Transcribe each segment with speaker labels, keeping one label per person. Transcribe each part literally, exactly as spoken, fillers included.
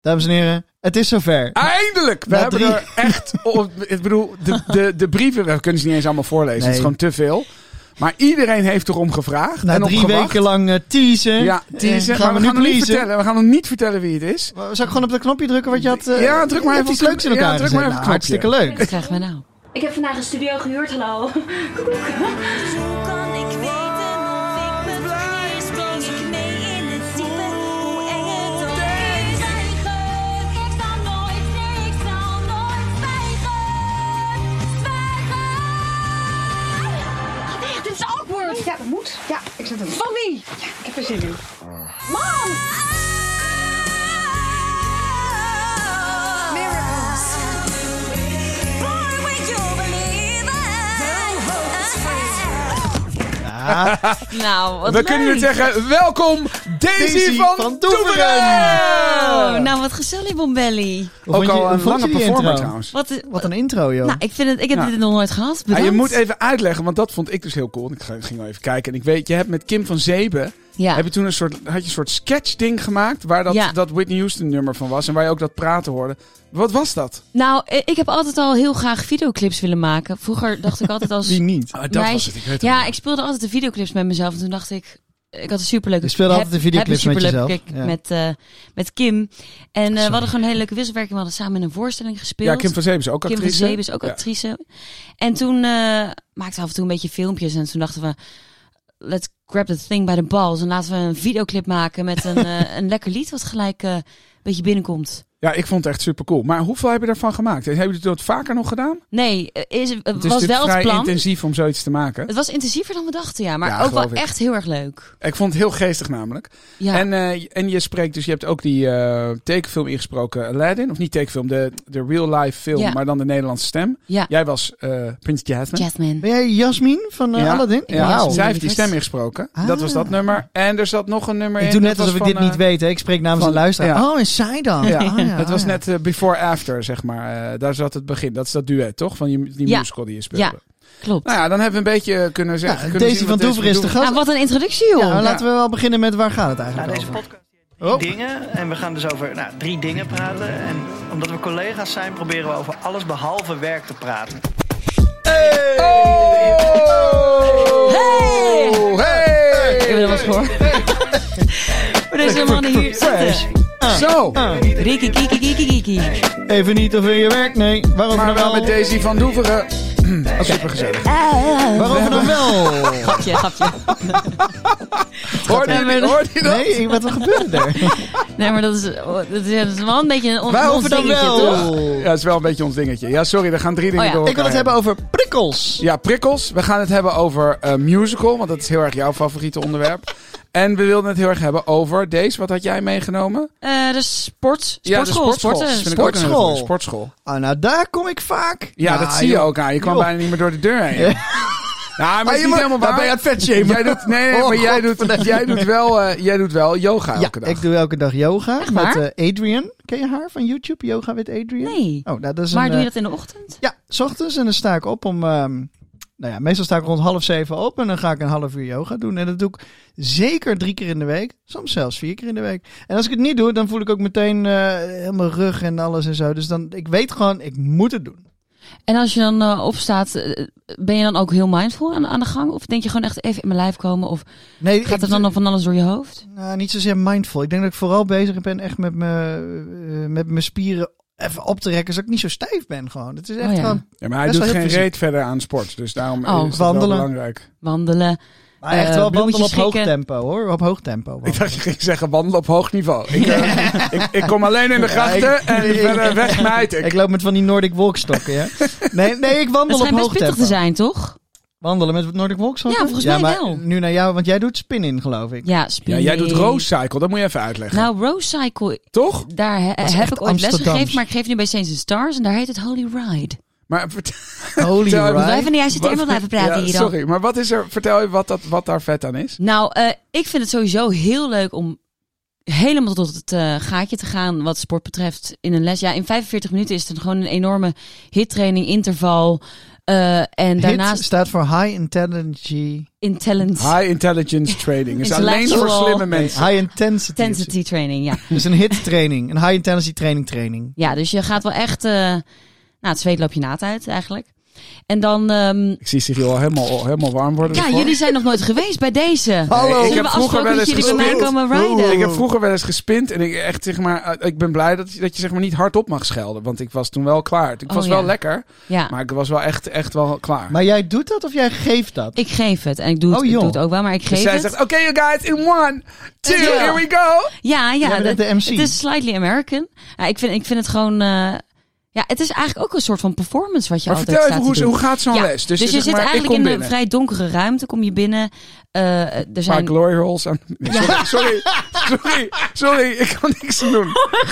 Speaker 1: Dames en heren, het is zover.
Speaker 2: Eindelijk! We
Speaker 1: Na
Speaker 2: hebben
Speaker 1: drie...
Speaker 2: er echt... Oh, ik bedoel, de, de, de brieven, we kunnen ze niet eens allemaal voorlezen. Nee. Het is gewoon te veel. Maar iedereen heeft erom gevraagd.
Speaker 1: Na
Speaker 2: en
Speaker 1: drie
Speaker 2: opgewacht.
Speaker 1: weken lang uh, teasen.
Speaker 2: Ja, teasen.
Speaker 1: Gaan
Speaker 2: maar
Speaker 1: we,
Speaker 2: we, gaan
Speaker 1: nu
Speaker 2: nog niet vertellen, we gaan nog niet vertellen wie het is.
Speaker 1: Zou ik gewoon op dat knopje drukken wat je had... Uh,
Speaker 2: ja, druk maar even
Speaker 1: iets leuks in elkaar
Speaker 2: ja, druk maar even
Speaker 1: nou, hartstikke leuk.
Speaker 3: Wat krijgen we nou?
Speaker 4: Ik heb vandaag een studio gehuurd, hallo. Koekoek. Zo kan ik weten of ik me vergis. Spring ik mee in het diepe, hoe eng het ook is. Ik zal nooit, nee, ik zal nooit zwijgen. Zwijgen. Oh nee, dit is awkward.
Speaker 5: Ja, dat moet. Ja, ik zet hem.
Speaker 4: Van wie?
Speaker 5: Ja, ik heb er zin in.
Speaker 4: Mam!
Speaker 5: Miracles.
Speaker 1: Ja.
Speaker 3: Nou, wat
Speaker 2: we
Speaker 3: leuk.
Speaker 2: kunnen nu zeggen, welkom Daisy,
Speaker 1: Daisy
Speaker 2: van,
Speaker 1: van
Speaker 2: Doeveren!
Speaker 3: Oh, nou, wat gezellig, Bombelli.
Speaker 2: Ook al een lange performer trouwens.
Speaker 3: Wat,
Speaker 1: Wat een intro, joh.
Speaker 3: Nou, ik, vind het, ik heb
Speaker 2: Ja.
Speaker 3: dit nog nooit gehad. Bedankt.
Speaker 2: Ja, je moet even uitleggen, want dat vond ik dus heel cool. Ik ging wel even kijken. En ik weet, je hebt met Kim van Zeeben...
Speaker 3: Ja.
Speaker 2: Heb je toen een soort, had je een soort sketch ding gemaakt... waar dat,
Speaker 3: Ja.
Speaker 2: dat Whitney Houston nummer van was... en waar je ook dat praten hoorde. Wat was dat?
Speaker 3: Nou, ik heb altijd al heel graag videoclips willen maken. Vroeger dacht ik altijd als
Speaker 1: Wie niet?
Speaker 2: Oh, dat
Speaker 3: meisje...
Speaker 2: was het, ik weet het
Speaker 3: Ja,
Speaker 2: wel.
Speaker 3: ik speelde altijd de videoclips met mezelf. En toen dacht ik... Ik had een superleuke...
Speaker 1: Je speelde altijd de videoclips
Speaker 3: heb een
Speaker 1: met
Speaker 3: superleuke
Speaker 1: jezelf.
Speaker 3: klik
Speaker 1: Ja.
Speaker 3: Met, uh, met Kim. En uh, we
Speaker 1: Sorry.
Speaker 3: hadden gewoon een hele leuke wisselwerking. We hadden samen in een voorstelling gespeeld.
Speaker 2: Ja, Kim van Zeeben is ook
Speaker 3: Kim
Speaker 2: actrice.
Speaker 3: van Zeeben is ook
Speaker 2: Ja.
Speaker 3: actrice. En toen uh, maakten we af en toe een beetje filmpjes. En toen dachten we... Let's grab the thing by the balls. En laten we een videoclip maken met een, uh, een lekker lied... wat gelijk uh, een beetje binnenkomt.
Speaker 2: Ja, ik vond het echt super cool. Maar hoeveel heb je daarvan gemaakt? Hebben jullie dat vaker nog gedaan?
Speaker 3: Nee, is, uh,
Speaker 2: Het is
Speaker 3: was wel
Speaker 2: vrij
Speaker 3: het plan.
Speaker 2: intensief om zoiets te maken.
Speaker 3: Het was intensiever dan we dachten, ja. Maar
Speaker 2: Ja,
Speaker 3: ook wel
Speaker 2: geloof ik.
Speaker 3: echt heel erg leuk.
Speaker 2: Ik vond het heel geestig namelijk.
Speaker 3: Ja.
Speaker 2: En, uh, en je spreekt dus, je hebt ook die uh, tekenfilm ingesproken, Aladdin. Of niet tekenfilm, de, de real life film,
Speaker 3: Ja.
Speaker 2: maar dan de Nederlandse stem.
Speaker 3: Ja.
Speaker 2: Jij was uh, Prins Jasmine.
Speaker 3: Jasmine.
Speaker 1: Ben jij Jasmine van uh,
Speaker 2: Ja.
Speaker 1: Aladdin?
Speaker 2: Ja,
Speaker 1: Wauw.
Speaker 2: zij heeft die stem ingesproken.
Speaker 1: Ah.
Speaker 2: Dat was dat nummer. En er zat nog een nummer
Speaker 1: Ik
Speaker 2: in.
Speaker 1: doe net
Speaker 2: dat
Speaker 1: alsof ik
Speaker 2: was
Speaker 1: dit
Speaker 2: van,
Speaker 1: niet
Speaker 2: uh,
Speaker 1: weet. Hè. Ik spreek namens
Speaker 2: van-
Speaker 1: de luisteraar.
Speaker 2: ja.
Speaker 1: Oh, en zij dan?
Speaker 2: Ja,
Speaker 1: Ah, ja,
Speaker 2: het was
Speaker 1: ah, ja.
Speaker 2: net uh, Before After, zeg maar. Uh, daar zat het begin. Dat is dat duet, toch? Van die, die
Speaker 3: Ja.
Speaker 2: musical die je speelde.
Speaker 3: Ja. Klopt.
Speaker 2: Nou ja, dan hebben we een beetje kunnen zeggen.
Speaker 1: Ja,
Speaker 2: kunnen
Speaker 1: Daisy
Speaker 2: zien
Speaker 1: van
Speaker 2: wat
Speaker 1: Doeveren is de gast.
Speaker 3: Nou, wat een introductie, joh.
Speaker 1: Ja, maar
Speaker 2: Ja.
Speaker 1: laten we wel beginnen met waar gaat het eigenlijk
Speaker 6: Nou, deze
Speaker 1: over?
Speaker 6: podcast heet
Speaker 1: Oh.
Speaker 6: drie dingen. En we gaan dus over nou, drie dingen praten. En omdat we collega's zijn, proberen we over alles behalve werk te praten.
Speaker 1: Hey!
Speaker 3: Hey!
Speaker 2: Hey!
Speaker 3: Ik heb er wel eens gehoord. Maar deze mannen hier
Speaker 1: Fresh.
Speaker 3: zitten.
Speaker 2: Zo,
Speaker 3: Riki, kiki, kiki, kiki.
Speaker 1: Even niet over je werk, nee. Waarover
Speaker 2: maar
Speaker 1: dan
Speaker 2: wel
Speaker 1: wel?
Speaker 2: met Daisy van Doeveren. Super gezellig.
Speaker 1: Waarover dan wel?
Speaker 3: Grapje, grapje.
Speaker 2: Hoorde je, hoorde je dat?
Speaker 1: Nee, ik- wat wat gebeurde er?
Speaker 3: Nee, maar dat is, dat is, dat is wel een beetje een on-
Speaker 1: Waarover
Speaker 3: ons
Speaker 1: dan
Speaker 3: dingetje,
Speaker 1: wel?
Speaker 3: toch?
Speaker 2: Ja, het is wel een beetje ons dingetje. Ja, sorry, er gaan drie dingen
Speaker 3: Oh ja.
Speaker 2: door
Speaker 1: Ik wil het
Speaker 2: elkaar
Speaker 1: hebben over prikkels.
Speaker 2: Ja, prikkels. We gaan het hebben over uh, musical, want dat is heel erg jouw favoriete onderwerp. En we wilden het heel erg hebben over, deze, wat had jij meegenomen?
Speaker 3: Uh, de sport,
Speaker 2: Ja, de
Speaker 3: sportschool.
Speaker 2: sportschool.
Speaker 3: Sporten.
Speaker 2: Vind ik ook een hele
Speaker 1: Sportschool.
Speaker 2: goeie. Sportschool.
Speaker 1: Ah, nou, daar kom ik vaak.
Speaker 2: Ja,
Speaker 1: Nou,
Speaker 2: dat zie je
Speaker 1: joh.
Speaker 2: ook aan. Je kwam
Speaker 1: Joh.
Speaker 2: bijna niet meer door de deur heen. Ja, maar
Speaker 1: Maar
Speaker 2: het is
Speaker 1: je
Speaker 2: niet
Speaker 1: moet-
Speaker 2: helemaal
Speaker 1: daar
Speaker 2: waar.
Speaker 1: ben je aan het vetshamen.
Speaker 2: Jij doet, nee,
Speaker 1: Oh,
Speaker 2: maar jij
Speaker 1: God.
Speaker 2: doet, jij, doet wel, uh, jij doet wel yoga
Speaker 1: Ja,
Speaker 2: elke dag.
Speaker 1: ik doe elke dag yoga
Speaker 3: Echt
Speaker 1: met
Speaker 3: waar?
Speaker 1: uh, Adrian. Ken je haar van YouTube? Yoga with Adrian?
Speaker 3: Nee.
Speaker 1: Oh, nou, dat is
Speaker 3: Waar
Speaker 1: een,
Speaker 3: doe je
Speaker 1: uh,
Speaker 3: dat in de ochtend?
Speaker 1: Ja, 's ochtends en dan sta ik op om... Um, nou ja, meestal sta ik rond half zeven op en dan ga ik een half uur yoga doen. En dat doe ik zeker drie keer in de week. Soms zelfs vier keer in de week. En als ik het niet doe, dan voel ik ook meteen uh, helemaal rug en alles en zo. Dus dan, ik weet gewoon, ik moet het doen.
Speaker 3: En als je dan uh, opstaat, uh, ben je dan ook heel mindful aan, aan de gang? Of denk je gewoon echt even in mijn lijf komen? Of
Speaker 1: Nee,
Speaker 3: gaat
Speaker 1: ik-
Speaker 3: er dan nog van alles door je hoofd?
Speaker 1: Nou, niet zozeer mindful. Ik denk dat ik vooral bezig ben echt met mijn uh, met mijn spieren even op te rekken, zodat ik niet zo stijf ben gewoon. Het is echt
Speaker 3: Oh ja.
Speaker 1: gewoon...
Speaker 2: Ja, maar hij
Speaker 1: Best
Speaker 2: doet
Speaker 1: wel heel
Speaker 2: geen
Speaker 1: fysiek.
Speaker 2: reet verder aan sport. Dus daarom
Speaker 3: Oh,
Speaker 2: is het
Speaker 1: wandelen.
Speaker 2: wel belangrijk.
Speaker 3: Wandelen.
Speaker 1: Maar echt
Speaker 3: Uh,
Speaker 1: wel wandelen op
Speaker 3: bloemetjes
Speaker 1: hoog
Speaker 3: schikken.
Speaker 1: tempo hoor. Op hoog tempo.
Speaker 2: Ik dacht je ging zeggen wandelen op hoog niveau. Ik, uh, ik, ik kom alleen in de grachten
Speaker 1: Ja, ik-
Speaker 2: en
Speaker 1: ik-
Speaker 2: verder weg mijt ik.
Speaker 1: Ik loop met van die Nordic walkstokken, ja. Nee, nee, ik
Speaker 3: Het
Speaker 1: wandel op
Speaker 3: schijnt best
Speaker 1: hoog
Speaker 3: pittig
Speaker 1: tempo.
Speaker 3: te zijn, toch?
Speaker 1: Wandelen met Nordic walkstokken?
Speaker 3: Ja, volgens mij
Speaker 1: maar
Speaker 3: wel.
Speaker 1: Nu naar jou, want jij doet spin-in, geloof ik.
Speaker 3: Ja,
Speaker 2: Ja,
Speaker 3: spinning.
Speaker 2: jij doet Rose Cycle, dat moet je even uitleggen.
Speaker 3: Nou, Rose Cycle,
Speaker 2: Toch?
Speaker 3: daar he-
Speaker 1: is
Speaker 3: heb
Speaker 1: echt
Speaker 3: ik ooit les
Speaker 1: Amsterdams.
Speaker 3: gegeven, maar ik geef nu bij Saints and Stars en daar heet het Holy Ride.
Speaker 2: Maar vert-
Speaker 1: Holy
Speaker 2: Vertel even-
Speaker 1: right.
Speaker 3: Blijf van de juiste termen
Speaker 2: wat-
Speaker 3: blijven praten
Speaker 2: ja,
Speaker 3: hier dan.
Speaker 2: sorry, maar wat is er? Vertel je wat, dat, wat daar vet aan is?
Speaker 3: Nou, uh, ik vind het sowieso heel leuk om helemaal tot het uh, gaatje te gaan wat sport betreft in een les. Ja, in vijfenveertig minuten is het gewoon een enorme hittraining, interval. Uh, en
Speaker 1: H I T
Speaker 3: daarnaast
Speaker 1: staat voor High Intelligence...
Speaker 3: intelligence
Speaker 2: High Intelligence Training. Is alleen
Speaker 3: Intellectual.
Speaker 2: voor slimme mensen.
Speaker 1: High Intensity.
Speaker 3: intensity training. Ja.
Speaker 1: Dus een H I T training. Een High Intensity training training.
Speaker 3: ja, dus je gaat wel echt... Uh, nou, het zweet loop je naad uit eigenlijk. En dan... Um,
Speaker 2: Ik zie Cyril al helemaal, helemaal warm worden.
Speaker 3: ja,
Speaker 2: ervoor.
Speaker 3: jullie zijn nog nooit geweest bij deze.
Speaker 1: Hallo.
Speaker 3: Zullen
Speaker 2: Ik
Speaker 3: we
Speaker 2: heb vroeger wel
Speaker 3: afspraken dat
Speaker 2: eens
Speaker 3: jullie bij mij
Speaker 2: gespind.
Speaker 3: komen rijden?
Speaker 2: Ik heb vroeger wel eens gespind en ik echt zeg maar, uh, ik ben blij dat, dat je zeg maar niet hardop mag schelden, want ik was toen wel klaar. Ik
Speaker 3: Oh,
Speaker 2: was
Speaker 3: ja.
Speaker 2: wel lekker,
Speaker 3: Ja.
Speaker 2: maar ik was wel echt, echt wel klaar.
Speaker 1: Maar jij doet dat of jij geeft dat?
Speaker 3: Ik geef het. En ik doe het,
Speaker 1: Oh,
Speaker 3: ik
Speaker 1: joh.
Speaker 3: doe het ook wel, maar ik
Speaker 2: dus
Speaker 3: geef
Speaker 2: zij
Speaker 3: het.
Speaker 2: zegt, oké okay, you guys, in one, two,
Speaker 3: Ja.
Speaker 2: here we go.
Speaker 3: Ja, ja.
Speaker 1: Jij bent
Speaker 3: het-
Speaker 1: de M C.
Speaker 3: Het is slightly American. Ja, ik, vind, ik vind het gewoon... Uh, ja, het is eigenlijk ook een soort van performance wat je
Speaker 2: Maar
Speaker 3: altijd
Speaker 2: vertel even,
Speaker 3: staat te
Speaker 2: hoe,
Speaker 3: doen.
Speaker 2: hoe gaat zo'n
Speaker 3: Ja,
Speaker 2: les?
Speaker 3: Dus,
Speaker 2: Dus,
Speaker 3: je
Speaker 2: zeg
Speaker 3: zit
Speaker 2: maar, ik
Speaker 3: eigenlijk
Speaker 2: kom
Speaker 3: in een
Speaker 2: binnen.
Speaker 3: vrij donkere ruimte, kom je binnen. Uh, er
Speaker 2: Een
Speaker 3: zijn...
Speaker 2: paar glory holes aan. Sorry, sorry, sorry, sorry, ik kan niks aan doen.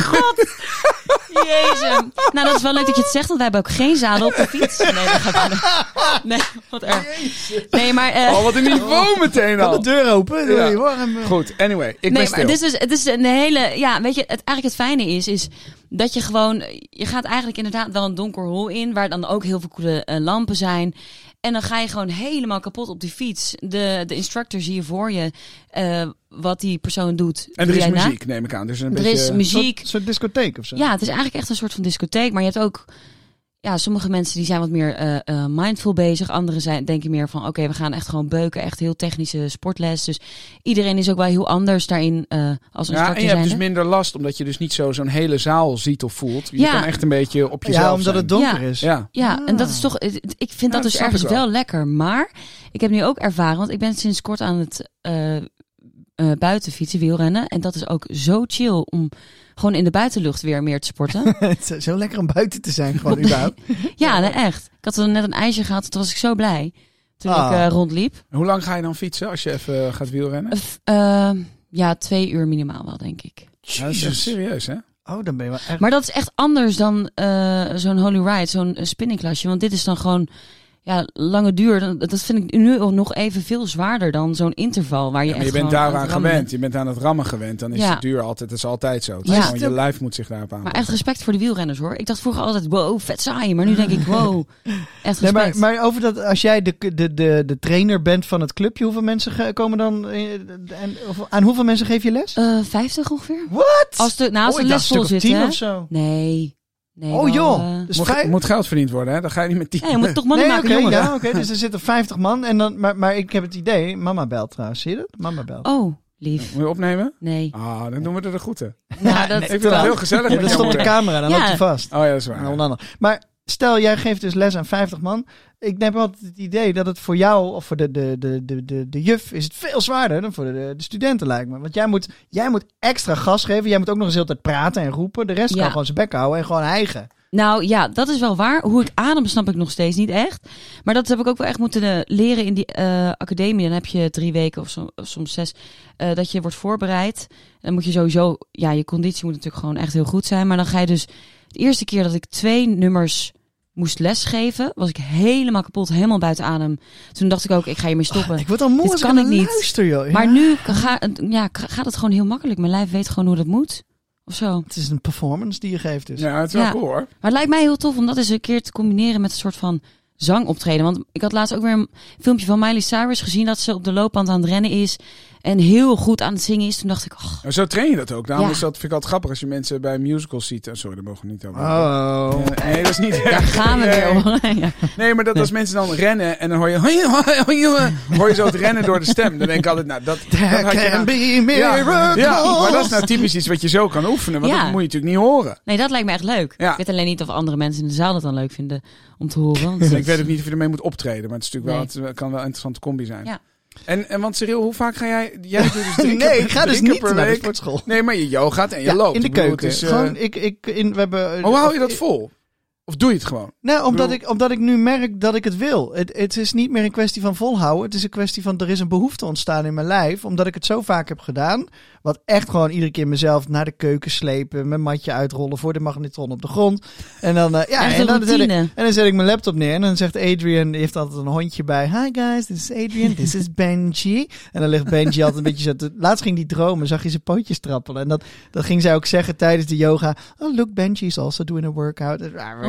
Speaker 3: Jezus. Nou, dat is wel leuk dat je het zegt, want wij hebben ook geen zadel op de fiets. Nee, dat gaat niet. Nee, wat erg. Nee, maar... Uh,
Speaker 2: Oh, wat een niveau meteen
Speaker 1: Gaat de
Speaker 2: al.
Speaker 1: deur open?
Speaker 2: Ja.
Speaker 1: Ja. Warm.
Speaker 2: Goed, anyway, ik ben
Speaker 3: nee,
Speaker 2: stil.
Speaker 3: maar het is, dus, het is een hele... Ja, weet je, het, eigenlijk het fijne is, is dat je gewoon... Je gaat eigenlijk inderdaad wel een donker hol in, waar dan ook heel veel coole uh, lampen zijn. En dan ga je gewoon helemaal kapot op die fiets. De, de instructor zie je voor je uh, wat die persoon doet.
Speaker 2: En er
Speaker 3: Doe
Speaker 2: is
Speaker 3: jij na.
Speaker 2: muziek, neem ik aan. Dus een
Speaker 3: Er
Speaker 2: beetje...
Speaker 3: is muziek.
Speaker 1: Een soort discotheek of zo.
Speaker 3: Ja, het is eigenlijk echt een soort van discotheek. Maar je hebt ook... Ja, sommige mensen die zijn wat meer uh, uh, mindful bezig. Anderen zijn, denken meer van... Oké, okay, we gaan echt gewoon beuken. Echt heel technische sportles. Dus iedereen is ook wel heel anders daarin uh, als een
Speaker 2: Ja, en
Speaker 3: instructor
Speaker 2: je hebt dus
Speaker 3: zijnde.
Speaker 2: minder last, omdat je dus niet zo zo'n hele zaal ziet of voelt. Je
Speaker 3: Ja.
Speaker 2: kan echt een beetje op jezelf
Speaker 1: Ja, omdat
Speaker 2: zijn.
Speaker 1: het donker
Speaker 3: Ja.
Speaker 1: is.
Speaker 2: Ja.
Speaker 3: Ja,
Speaker 1: Ah.
Speaker 3: en dat is toch... het- het- Ik vind
Speaker 2: Ja,
Speaker 3: dat
Speaker 2: dat
Speaker 3: dus
Speaker 2: snap
Speaker 3: ergens
Speaker 2: ik
Speaker 3: wel.
Speaker 2: wel.
Speaker 3: lekker. Maar ik heb nu ook ervaren... Want ik ben sinds kort aan het uh, uh, buiten fietsen, wielrennen. En dat is ook zo chill om gewoon in de buitenlucht weer meer te sporten.
Speaker 1: Het is zo lekker om buiten te zijn, gewoon überhaupt.
Speaker 3: Ja, nee, echt. Ik had er net een ijsje gehad. Toen was ik zo blij. Toen
Speaker 1: Ah.
Speaker 3: ik uh, rondliep.
Speaker 2: Hoe lang ga je dan fietsen als je even uh, gaat wielrennen?
Speaker 3: Uh, f- uh, ja, twee uur minimaal wel, denk ik.
Speaker 2: Ja, dat is echt serieus, hè?
Speaker 1: Oh, dan ben je wel echt...
Speaker 3: Maar dat is echt anders dan uh, zo'n Holy Ride, zo'n uh, spinningklasje. Want dit is dan gewoon ja, lange duur. Dat dat vind ik nu nog even veel zwaarder dan zo'n interval. Waar je
Speaker 2: Ja, maar
Speaker 3: echt
Speaker 2: je bent
Speaker 3: gewoon aan
Speaker 2: daaraan
Speaker 3: het rammen
Speaker 2: gewend.
Speaker 3: bent.
Speaker 2: Je bent aan het rammen gewend. Dan is
Speaker 3: Ja.
Speaker 2: het duur altijd. Dat is altijd zo. Het is
Speaker 3: Ja.
Speaker 2: gewoon, je lijf moet zich daarop aan.
Speaker 3: Maar echt respect voor de wielrenners hoor. Ik dacht vroeger altijd, wow, vet saai. Maar nu denk ik, wow, echt
Speaker 1: Nee,
Speaker 3: respect.
Speaker 1: maar, maar over dat, als jij de, de, de, de trainer bent van het clubje, hoeveel mensen ge- komen dan... eh, En, of, aan hoeveel mensen geef je les?
Speaker 3: Uh, vijftig ongeveer.
Speaker 1: What?
Speaker 3: Als de, nou, als
Speaker 1: oh,
Speaker 3: de
Speaker 1: ik
Speaker 3: les
Speaker 1: dacht een
Speaker 3: vol
Speaker 1: stuk of
Speaker 3: zit,
Speaker 1: tien
Speaker 3: hè?
Speaker 1: of zo.
Speaker 3: Nee. nee
Speaker 1: Oh
Speaker 3: wel,
Speaker 1: joh.
Speaker 3: uh,
Speaker 1: Dus
Speaker 2: Moet,
Speaker 1: vijf...
Speaker 2: moet geld verdiend worden, hè? Dan ga je niet met die.
Speaker 3: ja, je moet toch money
Speaker 1: Nee,
Speaker 3: maken,
Speaker 1: oké,
Speaker 3: jongeren.
Speaker 1: ja, oké. Dus er zitten vijftig man. En dan, maar, maar ik heb het idee... Mama belt trouwens. Zie je dat? Mama belt.
Speaker 3: Oh, lief.
Speaker 2: Moet je opnemen?
Speaker 3: Nee.
Speaker 2: Ah, dan doen we er de groeten.
Speaker 3: Nou, dat,
Speaker 2: Ik vind het heel gezellig
Speaker 1: Ja,
Speaker 2: met
Speaker 1: dan
Speaker 2: jouw
Speaker 1: stopt de
Speaker 2: moeder.
Speaker 1: camera. Dan
Speaker 3: Ja.
Speaker 1: loopt hij vast.
Speaker 2: Oh ja, dat is
Speaker 1: En
Speaker 2: waar.
Speaker 1: onder andere. Maar stel, jij geeft dus les aan vijftig man. Ik heb altijd het idee dat het voor jou of voor de, de, de, de, de, de juf is het veel zwaarder dan voor de, de studenten, lijkt me. Want jij moet, jij moet extra gas geven. Jij moet ook nog eens heel de tijd praten en roepen. De rest
Speaker 3: Ja.
Speaker 1: kan gewoon zijn bek houden en gewoon hijgen.
Speaker 3: Nou ja, dat is wel waar. Hoe ik adem snap ik nog steeds niet echt. Maar dat heb ik ook wel echt moeten uh, leren in die uh, academie. Dan heb je drie weken of, som, of soms zes uh, dat je wordt voorbereid. Dan moet je sowieso... Ja, je conditie moet natuurlijk gewoon echt heel goed zijn. Maar dan ga je dus... De eerste keer dat ik twee nummers moest lesgeven, was ik helemaal kapot, helemaal buiten adem. Toen dacht ik ook, ik ga hiermee stoppen.
Speaker 1: Oh, ik word al moe
Speaker 3: Dit
Speaker 1: als
Speaker 3: kan
Speaker 1: ik
Speaker 3: ik niet.
Speaker 1: luister, joh. Ja.
Speaker 3: Maar nu ga, ja, gaat het gewoon heel makkelijk. Mijn lijf weet gewoon hoe dat moet. Of zo.
Speaker 1: Het is een performance die je geeft dus.
Speaker 2: Ja, het is wel
Speaker 3: Ja.
Speaker 2: cool hoor.
Speaker 3: Maar het lijkt mij heel tof om dat eens een keer te combineren met een soort van zangoptreden. Want ik had laatst ook weer een filmpje van Miley Cyrus gezien dat ze op de loopband aan het rennen is. En heel goed aan het zingen is. Toen dacht ik, oh,
Speaker 2: Maar zo train je dat ook. Daarom
Speaker 3: Ja.
Speaker 2: is dat, vind ik altijd grappig als je mensen bij musicals ziet. Oh, sorry, daar mogen we niet over.
Speaker 1: Oh.
Speaker 2: Ja, nee, dat is niet.
Speaker 3: daar gaan we
Speaker 2: Nee.
Speaker 3: weer om. Ja.
Speaker 2: Nee, maar dat als mensen dan rennen en dan hoor je, hoi, hoi, hoi, hoi, hoor je zo het rennen door de stem. Dan denk ik altijd, nou, dat, dat
Speaker 1: There
Speaker 2: had je
Speaker 1: can
Speaker 2: nou-
Speaker 1: be
Speaker 2: ja,
Speaker 1: miracles.
Speaker 2: ja, maar dat is nou typisch iets wat je zo kan oefenen. Want
Speaker 3: Ja.
Speaker 2: dat moet je natuurlijk niet horen.
Speaker 3: Nee, dat lijkt me echt leuk.
Speaker 2: Ja.
Speaker 3: Ik weet alleen niet of andere mensen in de zaal dat dan leuk vinden om te horen. Want
Speaker 2: Dus ik weet ook niet of je ermee moet optreden. Maar het is natuurlijk
Speaker 3: Nee.
Speaker 2: wel, het kan wel een interessante combi zijn.
Speaker 3: Ja.
Speaker 2: En, en want Cyril, hoe vaak ga jij... Jij doet dus drie keer-
Speaker 1: Nee, ik ga dus
Speaker 2: drie keer
Speaker 1: niet
Speaker 2: per
Speaker 1: naar de
Speaker 2: week.
Speaker 1: sportschool.
Speaker 2: Nee, maar je yogaat en je
Speaker 1: Ja,
Speaker 2: loopt.
Speaker 1: in de
Speaker 2: Ik bedoel,
Speaker 1: keuken.
Speaker 2: het is, eh,
Speaker 1: Gewoon, ik, ik, in, we hebben,
Speaker 2: maar hoe hou je dat vol? Of doe je het gewoon?
Speaker 1: Nou, omdat
Speaker 2: bedoel-
Speaker 1: ik, omdat ik nu merk dat ik het wil. Het, het is niet meer een kwestie van volhouden. Het is een kwestie van, er is een behoefte ontstaan in mijn lijf. Omdat ik het zo vaak heb gedaan. Wat echt gewoon iedere keer mezelf naar de keuken slepen. Mijn matje uitrollen voor de magnetron op de grond. En dan, uh, ja,
Speaker 3: Echt
Speaker 1: en
Speaker 3: een
Speaker 1: dan, zet ik,
Speaker 3: routine.
Speaker 1: en dan zet ik mijn laptop neer. En dan zegt Adrian, die heeft altijd een hondje bij. Hi guys, this is Adrian, this is Benji. En dan ligt Benji altijd een beetje zo. Te, laatst ging die dromen, zag je zijn pootjes trappelen. En dat, dat ging zij ook zeggen tijdens de yoga. Oh look, Benji is also doing a workout.
Speaker 3: Oh my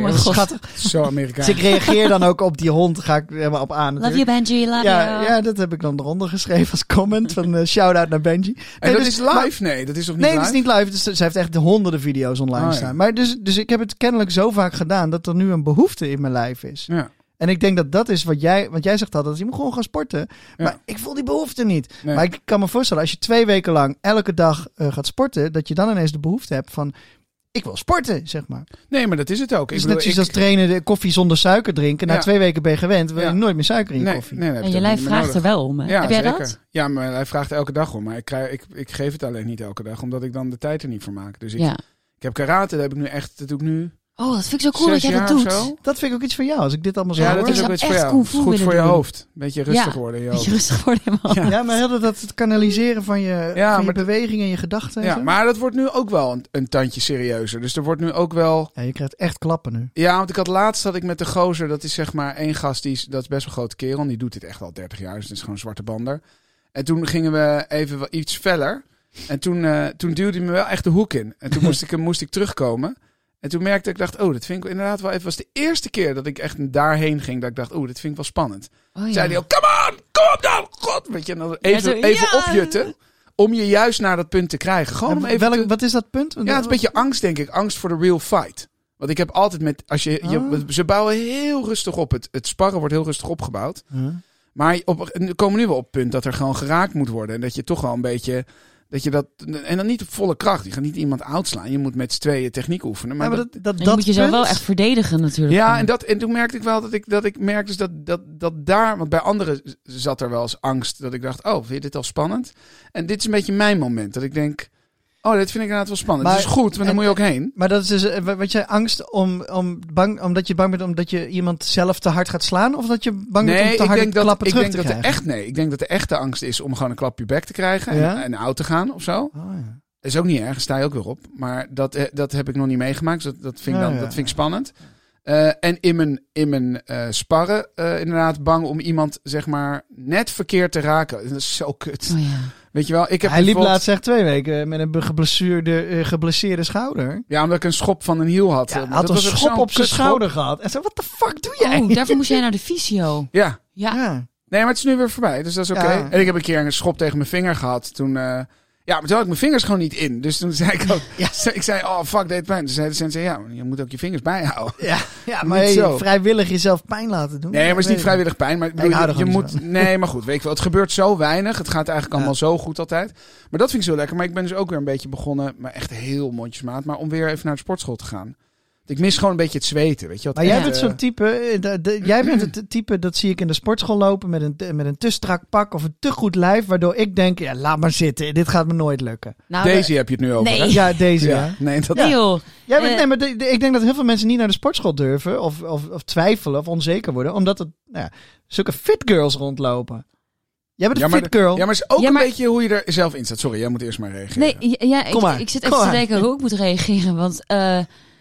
Speaker 3: mijn god.
Speaker 1: schattig.
Speaker 2: Zo Amerikaans.
Speaker 1: Dus ik reageer dan ook op die hond, ga ik helemaal op aan
Speaker 3: Love
Speaker 1: natuurlijk.
Speaker 3: you, Benji. Love
Speaker 1: Ja,
Speaker 3: you.
Speaker 1: ja, dat heb ik dan eronder geschreven als comment van uh, shout-out naar Benji.
Speaker 2: En
Speaker 1: Nee,
Speaker 2: dat
Speaker 1: dus-
Speaker 2: is live?
Speaker 1: maar-
Speaker 2: nee, dat is toch niet
Speaker 1: Nee,
Speaker 2: live?
Speaker 1: dat is niet live. Dus ze heeft echt honderden video's online
Speaker 2: Oh, ja.
Speaker 1: staan. Maar dus, dus ik heb het kennelijk zo vaak gedaan dat er nu een behoefte in mijn lijf is.
Speaker 2: Ja.
Speaker 1: En ik denk dat dat is wat jij... Want jij zegt altijd, je moet gewoon gaan sporten.
Speaker 2: Ja.
Speaker 1: Maar ik voel die behoefte niet.
Speaker 2: Nee.
Speaker 1: Maar ik kan me voorstellen, als je twee weken lang elke dag uh, gaat sporten, dat je dan ineens de behoefte hebt van... Ik wil sporten, zeg maar.
Speaker 2: nee, maar dat is het ook.
Speaker 1: Het is
Speaker 2: ik
Speaker 1: net
Speaker 2: bedoel,
Speaker 1: zoiets
Speaker 2: ik-
Speaker 1: als trainen, de koffie zonder suiker drinken. Na
Speaker 2: Ja.
Speaker 1: twee weken ben je gewend, wil je
Speaker 2: Ja.
Speaker 1: nooit meer suiker in je
Speaker 2: nee,
Speaker 1: koffie.
Speaker 2: nee, dat heb
Speaker 3: En
Speaker 2: ik
Speaker 3: je
Speaker 2: ook
Speaker 3: lijf
Speaker 2: niet meer
Speaker 3: vraagt
Speaker 2: nodig.
Speaker 3: er wel om. Hè?
Speaker 2: Ja,
Speaker 3: Heb jij
Speaker 2: zeker.
Speaker 3: dat?
Speaker 2: Ja, maar hij vraagt er elke dag om. Maar ik, krijg, ik, ik geef het alleen niet elke dag, omdat ik dan de tijd er niet voor maak. Dus ik,
Speaker 3: Ja.
Speaker 2: ik heb karate, dat heb ik nu echt, dat doe ik nu
Speaker 3: Oh, dat vind ik zo cool
Speaker 2: zes
Speaker 3: dat jij dat
Speaker 2: jaar
Speaker 3: doet.
Speaker 2: of zo.
Speaker 1: Dat vind ik ook iets voor jou, als ik dit allemaal zo
Speaker 2: Ja,
Speaker 1: hoor.
Speaker 2: dat is
Speaker 3: zou
Speaker 2: ook iets voor
Speaker 3: echt
Speaker 2: jou.
Speaker 3: kung
Speaker 2: Het
Speaker 3: fu
Speaker 2: is goed
Speaker 3: willen
Speaker 2: voor je
Speaker 3: doen.
Speaker 2: hoofd. Beetje rustig
Speaker 3: Ja.
Speaker 2: worden in je
Speaker 3: Beetje
Speaker 2: hoofd.
Speaker 3: rustig worden in mijn hoofd.
Speaker 1: Ja, maar heel dat het kanaliseren van je,
Speaker 2: Ja,
Speaker 1: van je
Speaker 2: maar-
Speaker 1: beweging en je gedachten. en
Speaker 2: Ja,
Speaker 1: zo.
Speaker 2: maar dat wordt nu ook wel een, een tandje serieuzer. Dus er wordt nu ook wel...
Speaker 1: Ja, je krijgt echt klappen nu.
Speaker 2: Ja, want ik had laatst dat ik met de gozer, dat is zeg maar één gast, die is, dat is best wel een grote kerel. En die doet dit echt al dertig jaar, dus het is gewoon een zwarte bander. En toen gingen we even wat, iets feller. En toen, uh, toen duwde hij me wel echt de hoek in. En toen moest ik, moest ik terugkomen. En toen merkte ik, dacht, oh, dat vind ik inderdaad wel even... was de eerste keer dat ik echt daarheen ging, dat ik dacht, oh, dit vind ik wel spannend.
Speaker 3: Oh, ja.
Speaker 2: Zei hij ook, come on, kom op dan, god. Weet je, en dan even,
Speaker 3: Ja, zo,
Speaker 2: even
Speaker 3: ja.
Speaker 2: opjutten, om je juist naar dat punt te krijgen. Gewoon om
Speaker 1: En
Speaker 2: even
Speaker 1: welk-
Speaker 2: te-
Speaker 1: Wat is dat punt?
Speaker 2: Ja, het is een beetje angst, denk ik. Angst voor de real fight. Want ik heb altijd met... Als je, je,
Speaker 1: Oh.
Speaker 2: Ze bouwen heel rustig op. Het, het sparren wordt heel rustig opgebouwd.
Speaker 1: Huh?
Speaker 2: Maar op, we komen nu wel op het punt dat er gewoon geraakt moet worden. En dat je toch wel een beetje... Dat je dat, en dan niet op volle kracht. Je gaat niet iemand uitslaan. Je moet met z'n tweeën techniek oefenen. Maar
Speaker 1: Ja, maar
Speaker 2: dat,
Speaker 1: dat, dat,
Speaker 3: En je
Speaker 1: dat
Speaker 3: moet je zo
Speaker 1: punt-
Speaker 3: wel echt verdedigen natuurlijk.
Speaker 2: ja, en, dat, en toen merkte ik wel dat ik, dat ik merkte dus dat, dat, dat daar... Want bij anderen zat er wel eens angst. Dat ik dacht, oh, vind je dit al spannend? En dit is een beetje mijn moment. Dat ik denk... Oh, dit vind ik inderdaad wel spannend.
Speaker 1: Maar-
Speaker 2: Het is goed, maar
Speaker 1: en-
Speaker 2: dan moet je ook heen.
Speaker 1: Maar dat is dus, eh, wat jij angst om, om bang, omdat je bang bent omdat je iemand zelf te hard gaat slaan? Of dat je bang bent om
Speaker 2: Nee,
Speaker 1: te
Speaker 2: ik
Speaker 1: hard
Speaker 2: denk dat,
Speaker 1: klappen
Speaker 2: ik
Speaker 1: terug
Speaker 2: denk
Speaker 1: te
Speaker 2: dat de
Speaker 1: krijgen?
Speaker 2: echt, nee, ik denk dat de echte angst is om gewoon een klap op je bek te krijgen en,
Speaker 1: Ja?
Speaker 2: en oud te gaan of zo.
Speaker 1: Oh, ja.
Speaker 2: Dat is ook niet erg, daar sta je ook weer op. Maar dat, eh, dat heb ik nog niet meegemaakt, dus dat, dat, vind, ik
Speaker 1: Ja,
Speaker 2: dan,
Speaker 1: ja,
Speaker 2: dat vind ik
Speaker 1: ja.
Speaker 2: spannend. Uh, en in mijn, in mijn uh, sparren uh, inderdaad bang om iemand zeg maar net verkeerd te raken. Dat is zo kut.
Speaker 3: Oh, ja.
Speaker 2: Weet je wel, ik heb
Speaker 1: Hij liep
Speaker 2: bijvoorbeeld-
Speaker 1: laatst echt twee weken met een geblesseerde, uh, geblesseerde schouder.
Speaker 2: Ja, omdat ik een schop van een hiel had.
Speaker 1: Ja,
Speaker 2: Uh,
Speaker 1: hij
Speaker 2: maar
Speaker 1: had
Speaker 2: dat
Speaker 1: een
Speaker 2: was ook
Speaker 1: schop
Speaker 2: zo'n
Speaker 1: op zijn
Speaker 2: kutschop.
Speaker 1: schouder gehad. En zo, wat de fuck doe jij?
Speaker 3: Oh, daarvoor moest jij naar de fysio.
Speaker 2: Ja,
Speaker 3: Ja.
Speaker 1: Ja.
Speaker 2: nee, maar het is nu weer voorbij, dus dat is oké.
Speaker 1: Ja.
Speaker 2: En ik heb een keer een schop tegen mijn vinger gehad. Toen, uh, ja, maar toen had ik mijn vingers gewoon niet in. Dus toen zei ik ook,
Speaker 1: Ja.
Speaker 2: ik zei, oh fuck, deed pijn. Toen zei de sensei, ja, je moet ook je vingers bijhouden.
Speaker 1: Ja, ja,
Speaker 2: Niet
Speaker 1: maar hey,
Speaker 2: zo.
Speaker 1: vrijwillig jezelf pijn laten doen.
Speaker 2: Nee, maar het is niet
Speaker 1: Nee.
Speaker 2: vrijwillig pijn. Maar ik bedoel,
Speaker 1: Ik hou er
Speaker 2: je, je
Speaker 1: gewoon
Speaker 2: moet.
Speaker 1: niet van.
Speaker 2: Nee, maar goed, weet ik wel. Het gebeurt zo weinig. Het gaat eigenlijk allemaal
Speaker 1: Ja.
Speaker 2: zo goed altijd. Maar dat vind ik zo lekker. Maar ik ben dus ook weer een beetje begonnen, maar echt heel mondjesmaat, maar om weer even naar de sportschool te gaan. Ik mis gewoon een beetje het zweten, weet je wat?
Speaker 1: Maar jij
Speaker 3: Ja.
Speaker 1: bent zo'n type, eh, de, de- jij bent het type, dat zie ik in de sportschool lopen met een, met een te strak pak of een te goed lijf, waardoor ik denk, ja, laat maar zitten, dit gaat me nooit lukken.
Speaker 3: Nou,
Speaker 2: Deze heb je het nu over.
Speaker 3: Nee.
Speaker 2: hè?
Speaker 1: Ja, deze.
Speaker 2: Ja.
Speaker 1: Ja.
Speaker 2: Nee, dat.
Speaker 3: Nee joh.
Speaker 1: Jij bent,
Speaker 3: Eh.
Speaker 1: nee, maar de- de- ik denk dat heel veel mensen niet naar de sportschool durven of, of, of twijfelen of onzeker worden, omdat het nou ja, zulke fit girls rondlopen. Jij bent
Speaker 2: Ja,
Speaker 1: een
Speaker 2: maar
Speaker 1: fit
Speaker 2: de-
Speaker 1: girl.
Speaker 2: Ja, maar het is ook
Speaker 3: Ja, maar-
Speaker 2: een beetje hoe je er zelf in staat. Sorry, jij moet eerst maar reageren.
Speaker 3: Nee, ja, ja,
Speaker 1: Kom maar,
Speaker 3: ik, ik zit
Speaker 1: kom
Speaker 3: even te
Speaker 1: maar.
Speaker 3: denken hoe ik moet reageren. Want eh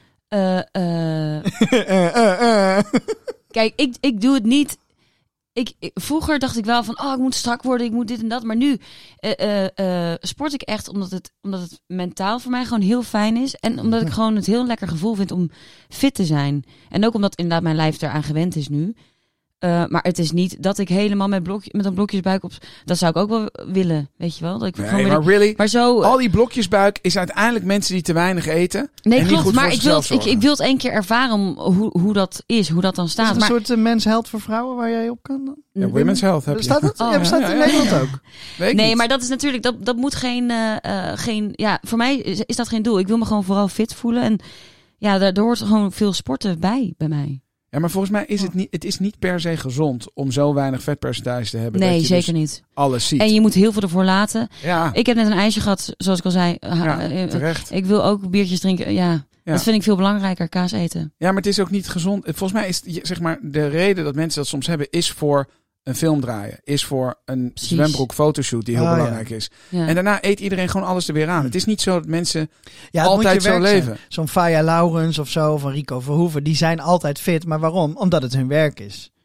Speaker 3: eh eh
Speaker 1: Eh, eh, eh.
Speaker 3: kijk, ik, ik doe het niet. Ik, ik- vroeger dacht ik wel van, oh, ik moet strak worden, ik moet dit en dat. Maar nu eh, eh, eh, sport ik echt omdat het, omdat het mentaal voor mij gewoon heel fijn is. En omdat ik gewoon het heel lekker gevoel vind om fit te zijn. En ook omdat inderdaad mijn lijf eraan gewend is nu. Uh, maar het is niet dat ik helemaal met, blokje, met een blokjesbuik op... Dat zou ik ook wel willen, weet je wel. Dat ik
Speaker 2: Nee,
Speaker 3: gewoon
Speaker 2: maar
Speaker 3: weer-
Speaker 2: really,
Speaker 3: maar zo...
Speaker 2: al die blokjesbuik is uiteindelijk mensen die te weinig eten.
Speaker 3: nee,
Speaker 2: en niet
Speaker 3: klopt.
Speaker 2: goed
Speaker 3: Maar
Speaker 2: voor
Speaker 3: ik wil, het,
Speaker 2: zichzelf
Speaker 3: ik, ik wil het één keer ervaren om hoe, hoe dat is, hoe dat dan
Speaker 1: Is
Speaker 3: staat.
Speaker 1: het een
Speaker 3: Maar,
Speaker 1: soort uh, mensheld voor vrouwen waar jij op kan dan?
Speaker 2: Ja, women's health heb je.
Speaker 1: Staat dat?
Speaker 3: Oh,
Speaker 1: ja, bestaat
Speaker 2: ja,
Speaker 1: in
Speaker 2: ja, ja.
Speaker 1: Nederland ook.
Speaker 2: Weet ik
Speaker 3: nee,
Speaker 2: niet.
Speaker 3: maar dat is natuurlijk... Dat, dat moet geen, uh, uh, geen... Ja, voor mij is, is dat geen doel. Ik wil me gewoon vooral fit voelen. En ja, daar, daar hoort gewoon veel sporten bij, bij mij.
Speaker 2: Ja, maar volgens mij is het niet, het is niet per se gezond om zo weinig vetpercentage te hebben.
Speaker 3: Nee,
Speaker 2: dat je
Speaker 3: zeker
Speaker 2: dus
Speaker 3: niet.
Speaker 2: alles ziet.
Speaker 3: En je moet heel veel ervoor laten.
Speaker 2: Ja,
Speaker 3: Ik heb net een ijsje gehad, zoals ik al zei. Ha-
Speaker 2: ja
Speaker 3: eh, eh,
Speaker 2: terecht.
Speaker 3: ik wil ook biertjes drinken. Ja,
Speaker 2: Ja.
Speaker 3: dat vind ik veel belangrijker. Kaas eten.
Speaker 2: Ja, maar het is ook niet gezond. Volgens mij is het, zeg maar, de reden dat mensen dat soms hebben, is voor een film draaien. Is voor een
Speaker 3: Precies.
Speaker 2: zwembroek fotoshoot die heel
Speaker 1: Ah, ja.
Speaker 2: belangrijk is.
Speaker 3: Ja.
Speaker 2: En daarna eet iedereen gewoon alles er weer aan. Het is niet zo dat mensen
Speaker 1: Ja, het moet
Speaker 2: altijd
Speaker 1: je
Speaker 2: zo
Speaker 1: werk zijn.
Speaker 2: leven.
Speaker 1: Zo'n Faya Laurens of zo, van Rico Verhoeven, die zijn altijd fit. Maar waarom? Omdat het hun werk is.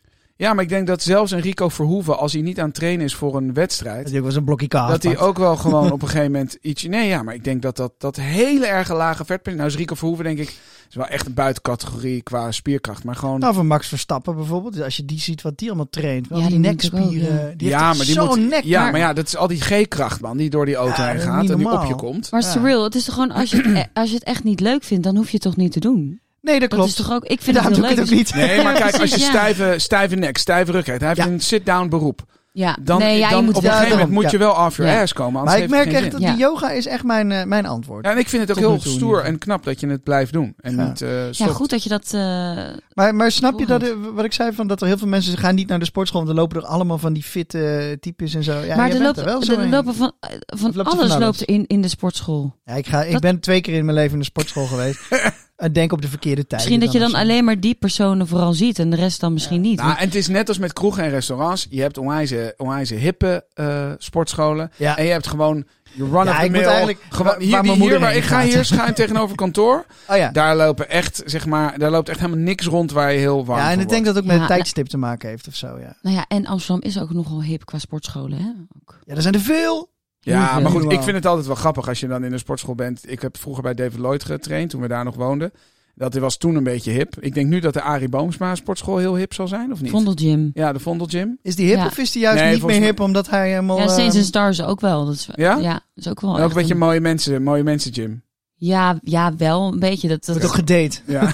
Speaker 2: Ja, maar ik denk dat zelfs een Rico Verhoeven, als hij niet aan het trainen is voor een wedstrijd,
Speaker 1: Dat hij ook was een blokje kaas.
Speaker 2: dat hij
Speaker 1: pakt.
Speaker 2: ook wel gewoon op een gegeven moment iets... Nee, ja, maar ik denk dat dat, dat hele erge lage vetpercentage... Nou is Rico Verhoeven, denk ik, is wel echt een buitencategorie qua spierkracht. Maar gewoon...
Speaker 1: Nou, van Max Verstappen bijvoorbeeld. Als je die ziet wat die allemaal traint. Wel
Speaker 3: Ja,
Speaker 1: die
Speaker 3: die moet ik
Speaker 1: nekspieren.
Speaker 3: ook,
Speaker 1: Die
Speaker 2: ja,
Speaker 1: heeft
Speaker 2: maar die
Speaker 1: zo'n
Speaker 2: moet...
Speaker 1: nek.
Speaker 2: ja,
Speaker 1: maar-
Speaker 2: maar ja, dat is al die G-kracht, man, die door die auto
Speaker 1: Ja,
Speaker 2: heen
Speaker 1: dat is
Speaker 2: gaat
Speaker 1: niet
Speaker 2: en die op
Speaker 1: normaal.
Speaker 2: je komt.
Speaker 3: Maar
Speaker 1: Ja.
Speaker 3: surreal, het is toch gewoon, als je, het, als je het echt niet leuk vindt, dan hoef je het toch niet te doen?
Speaker 1: Nee, dat
Speaker 3: Dat
Speaker 1: klopt.
Speaker 3: is toch ook, ik vind
Speaker 1: Daarom
Speaker 3: het
Speaker 1: doe
Speaker 3: heel
Speaker 1: ik
Speaker 3: leuk.
Speaker 1: het ook niet.
Speaker 2: Nee, maar
Speaker 3: Ja,
Speaker 2: kijk, als je
Speaker 3: precies, ja.
Speaker 2: stijve, stijve nek, stijve rug heeft, hij heeft
Speaker 1: Ja.
Speaker 2: een sit-down beroep.
Speaker 3: Ja,
Speaker 2: Dan,
Speaker 3: nee, ja,
Speaker 2: dan
Speaker 3: je moet
Speaker 2: op
Speaker 1: ja,
Speaker 2: een gegeven moment
Speaker 1: daarom,
Speaker 2: moet je
Speaker 1: ja.
Speaker 2: wel off your
Speaker 3: Ja.
Speaker 2: ass komen, anders
Speaker 1: Maar ik
Speaker 2: heeft
Speaker 1: merk
Speaker 2: het geen
Speaker 1: echt
Speaker 2: zin.
Speaker 1: dat die
Speaker 3: Ja.
Speaker 1: yoga is echt mijn, eh, mijn antwoord.
Speaker 2: Ja, en ik vind het ook
Speaker 1: Tot
Speaker 2: heel
Speaker 1: nu toe in
Speaker 2: stoer
Speaker 1: ieder
Speaker 2: en knap dat je het blijft doen. En
Speaker 1: Ja.
Speaker 2: niet eh
Speaker 3: ja,
Speaker 2: stopt.
Speaker 3: goed dat je dat... eh,
Speaker 1: Maar, maar snap je dat,
Speaker 3: Volgend.
Speaker 1: eh, wat ik zei, van dat er heel veel mensen gaan niet naar de sportschool, want er lopen er allemaal van die fitte eh, types en zo. Ja,
Speaker 3: maar
Speaker 1: je
Speaker 3: er
Speaker 1: bent
Speaker 3: loopt,
Speaker 1: er wel zo
Speaker 3: er
Speaker 1: een.
Speaker 3: lopen van, van
Speaker 1: Of loopt er
Speaker 3: alles
Speaker 1: van alles?
Speaker 3: loopt in, in de sportschool.
Speaker 1: Ja, ik, ga, ik
Speaker 3: Dat-
Speaker 1: ben twee keer in mijn leven in de sportschool geweest. En denk op de verkeerde tijd.
Speaker 3: Misschien dat je dan alleen maar die personen vooral ziet en de rest dan misschien niet.
Speaker 2: Nou, en het is net als met kroegen en restaurants. Je hebt onwijze, onwijze hippe eh, sportscholen.
Speaker 1: Ja.
Speaker 2: En je hebt gewoon je run
Speaker 1: Ja,
Speaker 2: of the
Speaker 1: ik moet
Speaker 2: mill.
Speaker 1: eigenlijk-
Speaker 2: Gewoon,
Speaker 1: waar
Speaker 2: hier,
Speaker 1: mijn
Speaker 2: die,
Speaker 1: moeder
Speaker 2: hier waar
Speaker 1: heen
Speaker 2: ik ga
Speaker 1: gaat.
Speaker 2: hier schuin tegenover kantoor.
Speaker 1: Oh ja.
Speaker 2: Daar lopen echt, zeg maar, daar loopt echt helemaal niks rond waar je heel warm
Speaker 1: Ja, en
Speaker 2: van
Speaker 1: ik denk
Speaker 2: wordt.
Speaker 1: dat het ook met
Speaker 3: Ja,
Speaker 1: het tijdstip te maken heeft of zo, ja.
Speaker 3: Nou ja, en Amsterdam is ook nogal hip qua sportscholen. Hè? Ook.
Speaker 1: Ja, er zijn er veel.
Speaker 2: Ja, maar goed,
Speaker 1: Normaal.
Speaker 2: ik vind het altijd wel grappig als je dan in een sportschool bent. Ik heb vroeger bij David Lloyd getraind, toen we daar nog woonden. Dat was toen een beetje hip. Ik denk nu dat de Arie Boomsma sportschool heel hip zal zijn, of niet?
Speaker 3: Vondel Gym.
Speaker 2: Ja, de Vondel Gym.
Speaker 1: Is die hip
Speaker 3: Ja.
Speaker 1: of is die juist
Speaker 2: Nee,
Speaker 1: niet
Speaker 2: volgens
Speaker 1: meer
Speaker 2: mij-
Speaker 1: hip omdat hij helemaal...
Speaker 3: Ja, Saints
Speaker 1: ehm,
Speaker 3: and Stars ook wel. Dat is,
Speaker 2: Ja?
Speaker 3: Ja, dat is ook wel
Speaker 2: En ook
Speaker 3: echt
Speaker 2: een beetje
Speaker 3: een-
Speaker 2: mooie mensen, mooie mensen gym.
Speaker 3: Ja, ja, wel een beetje. Dat, dat,
Speaker 1: wordt ook gedate.
Speaker 2: Ja.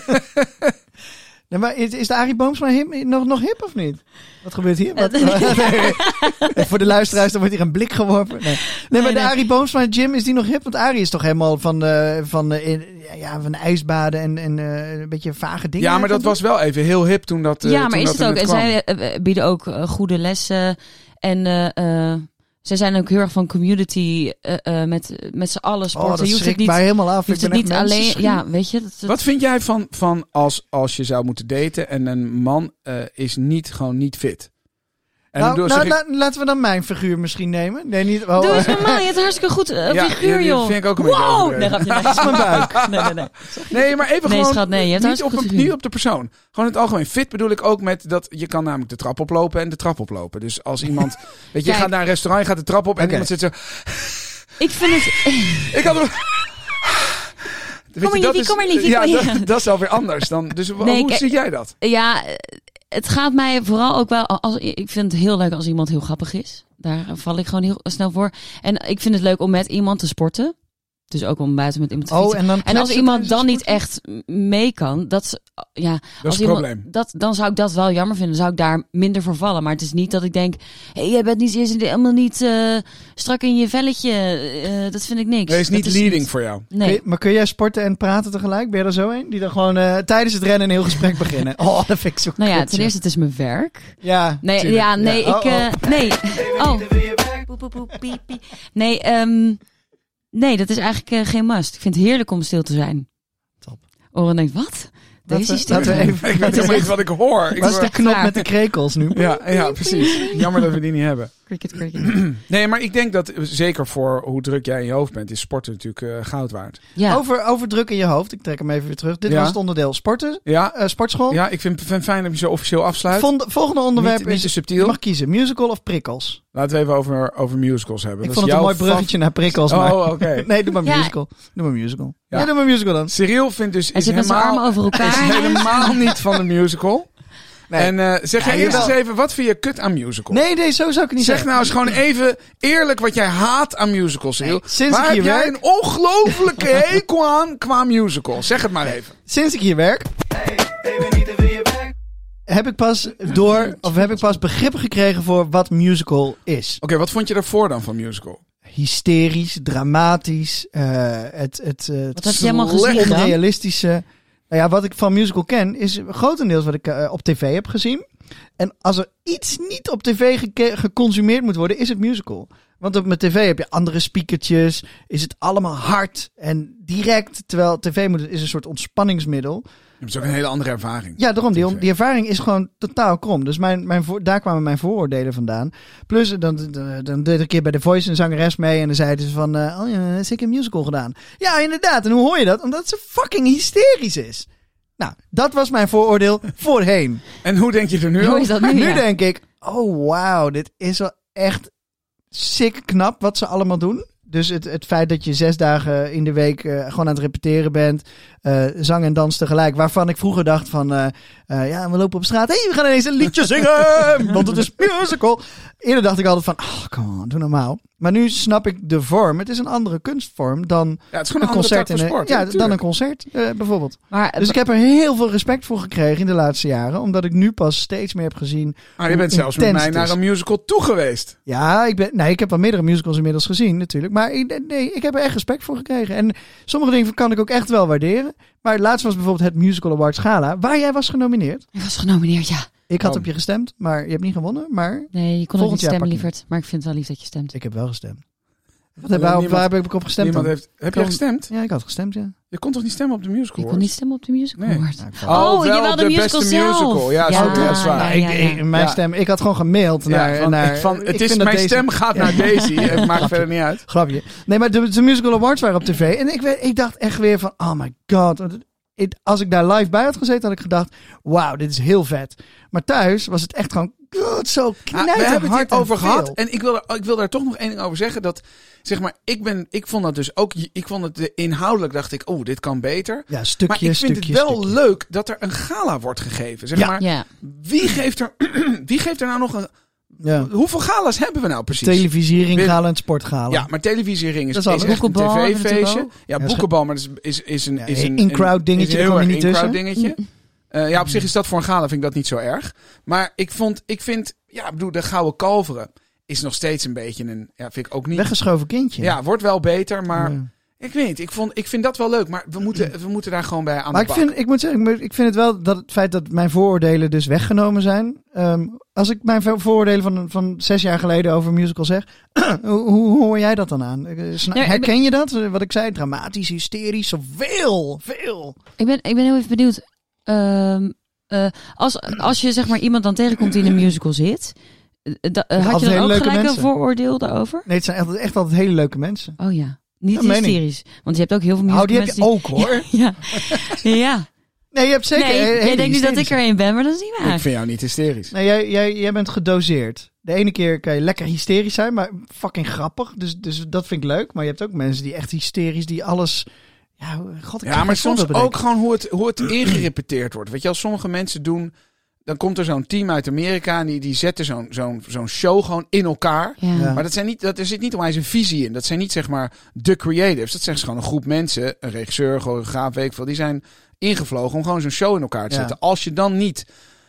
Speaker 1: Nee, maar is, is de Arie Boomsma hip, nog, nog hip of niet? Wat gebeurt hier? Wat,
Speaker 3: Nee.
Speaker 1: Nee. Voor de luisteraars, dan wordt hier een blik geworpen. Nee, nee, maar de
Speaker 3: nee.
Speaker 1: Arie Boomsma Gym, is die nog hip? Want Arie is toch helemaal van, de, van, de, in- ja, van ijsbaden en, en eh, een beetje vage dingen.
Speaker 2: ja, maar dat was wel even heel hip toen dat eh,
Speaker 3: ja,
Speaker 2: toen
Speaker 3: maar is
Speaker 2: dat
Speaker 3: het
Speaker 2: er
Speaker 3: ook.
Speaker 2: net
Speaker 3: En
Speaker 2: kwam.
Speaker 3: zij eh, bieden ook eh, goede lessen. En eh, eh, zij zijn ook heel erg van community eh, eh, met, met z'n allen
Speaker 1: Oh,
Speaker 3: sporten.
Speaker 1: dat
Speaker 3: je hoeft het
Speaker 1: schrikt
Speaker 3: niet,
Speaker 1: mij helemaal af.
Speaker 3: je hoeft
Speaker 1: Ik
Speaker 3: het
Speaker 1: ben
Speaker 3: niet
Speaker 1: echt
Speaker 3: alleen...
Speaker 1: mensenschuw.
Speaker 3: Ja, weet je. Dat, dat-
Speaker 2: Wat vind jij van, van als, als je zou moeten daten en een man eh, is niet, gewoon niet fit? En
Speaker 1: Nou,
Speaker 2: dan
Speaker 1: nou,
Speaker 2: zeg ik-
Speaker 1: la- laten we dan mijn figuur misschien nemen. Nee, niet... Oh,
Speaker 3: Doe eens
Speaker 1: eh,
Speaker 3: normaal. Je hebt een hartstikke goed eh,
Speaker 2: Ja,
Speaker 3: figuur,
Speaker 2: die- die
Speaker 3: joh.
Speaker 2: vind ik ook een beetje
Speaker 3: wow!
Speaker 2: overdreven.
Speaker 3: Nee, grapje, nee.
Speaker 1: dat is mijn buik.
Speaker 3: Nee, nee, nee.
Speaker 2: Nee, maar even
Speaker 3: Nee,
Speaker 2: gewoon
Speaker 3: schat, nee, je hebt
Speaker 2: niet,
Speaker 3: hartstikke
Speaker 2: op,
Speaker 3: goed
Speaker 2: een-
Speaker 3: figuur.
Speaker 2: niet op de persoon. Gewoon in het algemeen. Fit bedoel ik ook met dat je kan namelijk de trap oplopen en de trap oplopen. Dus als iemand, weet je, je
Speaker 3: Kijk.
Speaker 2: gaat naar een restaurant, je gaat de trap op en
Speaker 1: Oké.
Speaker 2: iemand zit zo...
Speaker 3: Ik vind het...
Speaker 2: Ik had er... Weet
Speaker 3: maar,
Speaker 2: je, dat
Speaker 3: liefie,
Speaker 2: is-
Speaker 3: kom maar, liefie,
Speaker 2: Ja,
Speaker 3: kom maar.
Speaker 2: dat, dat is alweer anders. Dan, dus wa-
Speaker 3: Nee,
Speaker 2: hoe
Speaker 3: kijk-
Speaker 2: zie jij dat?
Speaker 3: Ja, eh, het gaat mij vooral ook wel... Als, ik vind het heel leuk als iemand heel grappig is. Daar val ik gewoon heel snel voor. En ik vind het leuk om met iemand te sporten. Dus ook om buiten met iemand te
Speaker 1: Oh,
Speaker 3: fietsen.
Speaker 1: en dan
Speaker 3: En als
Speaker 1: kletsen
Speaker 3: iemand
Speaker 1: tijdens
Speaker 3: dan
Speaker 1: het
Speaker 3: niet echt mee kan, dat is, ja,
Speaker 2: Dat
Speaker 3: als
Speaker 2: is het
Speaker 3: iemand,
Speaker 2: probleem.
Speaker 3: Dat, dan zou ik dat wel jammer vinden. Dan zou ik daar minder voor vallen. Maar het is niet dat ik denk, hé, hey, jij bent niet, je zit helemaal niet eh, strak in je velletje. Eh, dat vind ik niks.
Speaker 2: Dat is niet
Speaker 3: Dat
Speaker 2: leading voor jou.
Speaker 1: Kun
Speaker 3: Nee.
Speaker 1: je- maar kun jij sporten en praten tegelijk? Ben je er zo een? Die dan gewoon eh, tijdens het rennen een heel gesprek beginnen. Oh, dat vind ik zo
Speaker 3: Nou ja,
Speaker 1: kut,
Speaker 3: ten
Speaker 1: joh.
Speaker 3: eerste, het is mijn werk.
Speaker 1: Ja,
Speaker 3: Nee,
Speaker 1: tuurlijk.
Speaker 3: ja, nee,
Speaker 1: Ja.
Speaker 3: ik,
Speaker 1: Oh, oh.
Speaker 3: eh, nee. Oh. Poep, poep, poep, piep, piep. Nee, ehm, nee, dat is eigenlijk eh, geen must. Ik vind het heerlijk om stil te zijn.
Speaker 1: Top.
Speaker 3: Oren denkt, wat? Deze
Speaker 1: Laten we-
Speaker 3: stilte.
Speaker 1: laten we even-
Speaker 2: Ik weet helemaal niet wat ik hoor. Ik
Speaker 1: Wat is
Speaker 2: hoor-
Speaker 1: de knop
Speaker 3: Klaar.
Speaker 1: met de krekels nu?
Speaker 2: ja, ja, precies. Jammer dat we die niet hebben.
Speaker 3: Cricket, cricket.
Speaker 2: Nee, maar ik denk dat, zeker voor hoe druk jij in je hoofd bent, is sporten natuurlijk eh, goud waard.
Speaker 3: Ja.
Speaker 1: Over, over druk in je hoofd. Ik trek hem even weer terug. Dit
Speaker 2: Ja.
Speaker 1: was het onderdeel sporten.
Speaker 2: Ja,
Speaker 1: eh, sportschool.
Speaker 2: ja ik vind vind het fijn dat je zo officieel afsluit.
Speaker 1: Vond- volgende onderwerp
Speaker 2: niet, niet
Speaker 1: is...
Speaker 2: te
Speaker 1: Je
Speaker 2: subtiel.
Speaker 1: mag kiezen. Musical of prikkels?
Speaker 2: Laten we even over, over musicals hebben.
Speaker 1: Ik
Speaker 2: Dat
Speaker 1: vond
Speaker 2: is
Speaker 1: het een
Speaker 2: jouw
Speaker 1: mooi bruggetje naar prikkels.
Speaker 2: fa-
Speaker 1: Maar...
Speaker 2: Oh, oké.
Speaker 1: Nee, doe maar
Speaker 3: Ja.
Speaker 1: musical. Doe maar musical.
Speaker 2: Ja.
Speaker 1: Ja, doe maar musical dan.
Speaker 2: Cyril vindt dus
Speaker 3: Hij
Speaker 2: is
Speaker 3: zit met zijn
Speaker 2: helemaal,
Speaker 3: armen over elkaar.
Speaker 2: is helemaal niet van de musical.
Speaker 1: Nee.
Speaker 2: En eh, zeg
Speaker 1: Ja,
Speaker 2: jij eerst eens
Speaker 1: jawel.
Speaker 2: even, wat vind je kut aan musical?
Speaker 1: Nee, nee, zo zou ik het niet
Speaker 2: Zeg
Speaker 1: zeggen.
Speaker 2: nou eens gewoon even eerlijk wat jij haat aan musicals, Cyril.
Speaker 1: Nee, sinds
Speaker 2: Waar
Speaker 1: ik hier
Speaker 2: heb jij
Speaker 1: werk-
Speaker 2: een ongelofelijke hekel aan qua musical? Zeg het maar even.
Speaker 1: Sinds ik hier werk... heb ik pas door... Of heb ik pas begrippen gekregen voor wat musical is.
Speaker 2: Oké, wat vond je daarvoor dan van musical?
Speaker 1: Hysterisch, dramatisch, eh, het, het, eh, het
Speaker 3: Wat heb je helemaal gezien dan?
Speaker 1: onrealistische. Nou ja, wat ik van musical ken, is grotendeels wat ik eh, op tv heb gezien. En als er iets niet op tv geke- geconsumeerd moet worden, is het musical. Want op mijn tv heb je andere speakertjes, is het allemaal hard en direct. Terwijl tv moet, is een soort ontspanningsmiddel.
Speaker 2: Je hebt ook een hele andere ervaring.
Speaker 1: Ja, daarom. Die,
Speaker 2: T V.
Speaker 1: die ervaring is gewoon totaal krom. Dus mijn, mijn voor, daar kwamen mijn vooroordelen vandaan. Plus, dan, dan, dan deed ik een keer bij The Voice een zangeres mee. En dan zeiden ze van, uh, oh ja, heb ik een musical gedaan. Ja, inderdaad. En hoe hoor je dat? Omdat ze fucking hysterisch is. Nou, dat was mijn vooroordeel voorheen.
Speaker 2: En hoe denk je er nu
Speaker 3: Hoe
Speaker 2: over?
Speaker 3: is dat nu?
Speaker 1: Nu
Speaker 3: ja?
Speaker 1: denk ik, oh wauw, dit is wel echt sick knap wat ze allemaal doen. Dus het, het feit dat je zes dagen in de week uh, gewoon aan het repeteren bent. Uh, zang en dans tegelijk. Waarvan ik vroeger dacht van... Uh, uh, ja, we lopen op straat. Hé, hey, we gaan ineens een liedje zingen. Want het is musical. Eerder dacht ik altijd van... Oh, come on, doe normaal. Maar nu snap ik de vorm. Het is een andere kunstvorm dan
Speaker 2: Ja, het is gewoon
Speaker 1: een
Speaker 2: een andere
Speaker 1: concert.
Speaker 2: tak
Speaker 1: in
Speaker 2: van
Speaker 1: een-
Speaker 2: sport.
Speaker 1: ja,
Speaker 2: hè,
Speaker 1: dan
Speaker 2: tuurlijk.
Speaker 1: een concert uh, bijvoorbeeld.
Speaker 3: Maar,
Speaker 1: Dus ik heb er heel veel respect voor gekregen in de laatste jaren. Omdat ik nu pas steeds meer heb gezien.
Speaker 2: Maar je bent zelfs met
Speaker 1: intens
Speaker 2: mij
Speaker 1: het is.
Speaker 2: naar een musical toe geweest.
Speaker 1: Ja, ik, ben, nee, ik heb al meerdere musicals inmiddels gezien natuurlijk. Maar ik, nee, ik heb er echt respect voor gekregen. En sommige dingen kan ik ook echt wel waarderen. Maar laatst was bijvoorbeeld het Musical Awards Gala. Waar jij was genomineerd.
Speaker 3: ik was genomineerd, ja.
Speaker 1: Ik had
Speaker 2: Oh.
Speaker 1: op je gestemd, maar je hebt niet gewonnen. Maar
Speaker 3: Nee, je kon ook
Speaker 1: Volgend
Speaker 3: niet
Speaker 1: jaar
Speaker 3: stemmen,
Speaker 1: pak je
Speaker 3: lieverd. Maar ik vind het wel lief dat je stemt.
Speaker 1: ik heb wel gestemd. Wat
Speaker 2: Alleen
Speaker 1: heb, waar,
Speaker 2: niemand-
Speaker 1: waar heb ik op gestemd
Speaker 2: Niemand
Speaker 1: dan?
Speaker 2: heeft, heb je
Speaker 1: Kan-
Speaker 2: gestemd?
Speaker 1: Ja, ik had gestemd, ja.
Speaker 2: Je kon toch niet stemmen op de musical
Speaker 3: Je kon
Speaker 2: awards?
Speaker 3: niet stemmen op de musical
Speaker 2: Nee.
Speaker 3: award.
Speaker 1: Nou, ik val-
Speaker 3: Oh,
Speaker 2: wel
Speaker 3: jawel,
Speaker 2: op
Speaker 3: de
Speaker 2: de
Speaker 3: musical
Speaker 2: beste
Speaker 3: zelf.
Speaker 2: musical. Ja,
Speaker 3: Ja,
Speaker 2: zo, dat is waar.
Speaker 1: Nou,
Speaker 3: ja,
Speaker 1: ik,
Speaker 3: ja.
Speaker 1: ik- in mijn
Speaker 2: Ja.
Speaker 1: stem, ik had gewoon gemaild naar...
Speaker 2: Ja, van,
Speaker 1: naar
Speaker 2: van,
Speaker 1: ik
Speaker 2: het is,
Speaker 1: vind dat
Speaker 2: mijn
Speaker 1: deze-
Speaker 2: stem gaat naar Daisy. Het maakt verder niet uit.
Speaker 1: Grapje. Nee, maar de, de Musical Awards waren op tv. En ik, weet- ik dacht echt weer van, oh my god. Het- als ik daar live bij had gezeten, had ik gedacht, wauw, dit is heel vet. Maar thuis was het echt gewoon, god, zo
Speaker 2: Ah,
Speaker 1: knijterhard
Speaker 2: we hebben het
Speaker 1: en
Speaker 2: hier over
Speaker 1: veel.
Speaker 2: gehad. En ik wil, er, ik wil daar toch nog één ding over zeggen. Dat, zeg maar, ik, ben, ik vond dat dus ook... Ik vond het de- inhoudelijk, dacht ik, oh, dit kan beter.
Speaker 1: Ja, stukje,
Speaker 2: Maar ik vind
Speaker 1: stukje,
Speaker 2: het wel
Speaker 1: stukje.
Speaker 2: leuk dat er een gala wordt gegeven. Zeg
Speaker 1: Ja.
Speaker 2: maar,
Speaker 3: Ja.
Speaker 2: wie, geeft er, wie geeft er nou nog een...
Speaker 1: Ja.
Speaker 2: Hoeveel gala's hebben we nou precies?
Speaker 1: Televisiering
Speaker 2: Wil-
Speaker 1: halen en sporthalen.
Speaker 2: Ja, maar televisiering is,
Speaker 1: Dat is
Speaker 2: is
Speaker 1: alles.
Speaker 2: echt een
Speaker 3: Boekenbal hebben we
Speaker 2: tv-feestje.
Speaker 3: natuurlijk
Speaker 2: Ja,
Speaker 1: Ja,
Speaker 2: boekenbal, maar dat is, is, is een...
Speaker 1: Ja,
Speaker 2: is een
Speaker 1: in-crowd dingetje,
Speaker 2: is een
Speaker 1: daar
Speaker 2: heel
Speaker 1: kom je
Speaker 2: erg
Speaker 1: niet
Speaker 2: in-crowd
Speaker 1: tussen.
Speaker 2: dingetje. Uh, ja, op zich is dat voor een gala, vind ik dat niet zo erg. Maar ik vond, ik vind, ja, ik bedoel, de Gouden Kalveren is nog steeds een beetje een, ja, vind ik ook niet.
Speaker 1: Weggeschoven kindje.
Speaker 2: Ja, wordt wel beter, maar
Speaker 1: Ja.
Speaker 2: ik weet niet. Ik, vond, ik vind dat wel leuk, maar we moeten, we moeten daar gewoon bij aan
Speaker 1: Maar
Speaker 2: de
Speaker 1: ik
Speaker 2: bak.
Speaker 1: vind, ik moet zeggen, ik moet- ik vind het wel dat het feit dat mijn vooroordelen dus weggenomen zijn. Ehm, als ik mijn vo- vooroordelen van, van zes jaar geleden over musical zeg, hoe, hoe hoe hoor jij dat dan aan? Eh, sna-
Speaker 3: Nee, ik
Speaker 1: Herken je dat? Eh, Wat ik zei, dramatisch, hysterisch, zoveel, veel.
Speaker 3: Ik ben, ik ben heel even benieuwd. Ehm, eh, als, als je zeg maar iemand dan tegenkomt die in een musical zit, eh, da- eh, had je
Speaker 1: Altijd
Speaker 3: dan
Speaker 1: hele
Speaker 3: ook
Speaker 1: leuke
Speaker 3: gelijk
Speaker 1: mensen.
Speaker 3: een vooroordeel daarover?
Speaker 1: Nee, het zijn echt, echt altijd hele leuke mensen.
Speaker 3: Oh ja, niet
Speaker 1: Dat meen ik.
Speaker 3: hysterisch. Want je hebt ook heel veel
Speaker 1: Oh,
Speaker 3: musical
Speaker 1: die heb je
Speaker 3: mensen
Speaker 1: ook hoor.
Speaker 3: Ja, ja. ja.
Speaker 1: Nee, je hebt zeker
Speaker 3: nee,
Speaker 1: hele
Speaker 3: jij denkt nu dat ik
Speaker 1: hysterische.
Speaker 3: er een ben, maar dat is niet waar.
Speaker 2: Ik vind jou niet hysterisch.
Speaker 1: Nee, jij, jij, jij bent gedoseerd. De ene keer kan je lekker hysterisch zijn, maar fucking grappig. Dus, dus dat vind ik leuk. Maar je hebt ook mensen die echt hysterisch, die alles... Ja, god, ik
Speaker 2: Ja,
Speaker 1: kan
Speaker 2: maar
Speaker 1: geen
Speaker 2: soms
Speaker 1: voorbeeld bedenken.
Speaker 2: ook gewoon hoe het, hoe het ingerepeteerd wordt. Weet je, als sommige mensen doen, dan komt er zo'n team uit Amerika en die, die zetten zo'n, zo'n, zo'n show gewoon in elkaar.
Speaker 3: Ja.
Speaker 1: Ja.
Speaker 2: Maar dat zijn niet, dat, er zit niet onwijs een visie in. Dat zijn niet zeg maar de creatives. Dat zijn gewoon een groep mensen, een regisseur, choreograaf, weet ik veel. Die zijn ingevlogen om gewoon zo'n show in elkaar te
Speaker 1: Ja.
Speaker 2: zetten. Als je dan niet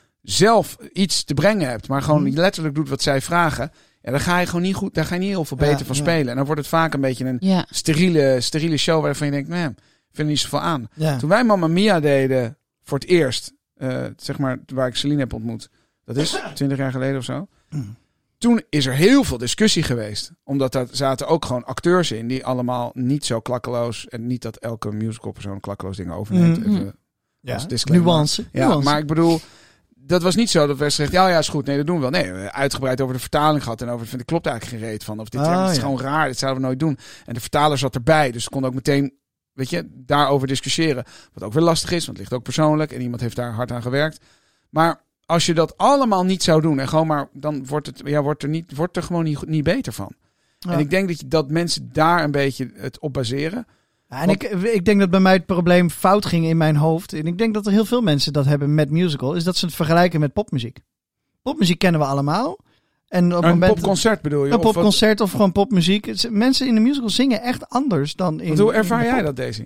Speaker 2: zelf iets te brengen hebt, maar gewoon
Speaker 1: Mhm.
Speaker 2: letterlijk doet wat zij vragen, ja, dan ga je gewoon niet goed, daar ga je niet heel veel
Speaker 1: Ja,
Speaker 2: beter van
Speaker 1: ja.
Speaker 2: spelen. En dan wordt het vaak een beetje een
Speaker 3: Ja.
Speaker 2: steriele, steriele show waarvan je denkt, nee, ik vind er niet zoveel aan.
Speaker 1: Ja.
Speaker 2: Toen wij Mamma Mia deden voor het eerst, eh, zeg maar waar ik Celine heb ontmoet, dat is twintig jaar geleden of zo.
Speaker 1: Mm.
Speaker 2: Toen is er heel veel discussie geweest. Omdat daar zaten ook gewoon acteurs in die allemaal niet zo klakkeloos, en niet dat elke musicalpersoon klakkeloos dingen overneemt.
Speaker 1: Mm.
Speaker 2: Even
Speaker 1: Ja,
Speaker 2: als disclaimer.
Speaker 1: nuance.
Speaker 2: Ja,
Speaker 1: nuance.
Speaker 2: maar ik bedoel, dat was niet zo dat werd gezegd, ja, ja, is goed, nee, dat doen we wel. Nee, we hebben uitgebreid over de vertaling gehad en over, vind ik klopt eigenlijk geen reet van. Of dit,
Speaker 1: Ah,
Speaker 2: ja, dit is
Speaker 1: ja.
Speaker 2: gewoon raar, dit zouden we nooit doen. En de vertaler zat erbij, dus kon ook meteen, weet je, daarover discussiëren. Wat ook weer lastig is, want het ligt ook persoonlijk en iemand heeft daar hard aan gewerkt. Maar als je dat allemaal niet zou doen en gewoon maar, dan wordt het, ja, wordt er niet, wordt er gewoon niet, niet beter van.
Speaker 1: Ja.
Speaker 2: En ik denk dat, je, dat mensen daar een beetje het op baseren.
Speaker 1: Ja, en ik, ik denk dat bij mij het probleem fout ging in mijn hoofd. En ik denk dat er heel veel mensen dat hebben met musical. Is dat ze het vergelijken met popmuziek. Popmuziek kennen we allemaal. En op het
Speaker 2: Een
Speaker 1: moment,
Speaker 2: popconcert bedoel je?
Speaker 1: een
Speaker 2: Of wat-
Speaker 1: popconcert of gewoon popmuziek. Het- Mensen in de musical zingen echt anders dan in...
Speaker 2: Want hoe
Speaker 1: in
Speaker 2: ervaar
Speaker 1: de
Speaker 2: jij
Speaker 1: pop.
Speaker 2: dat, Daisy?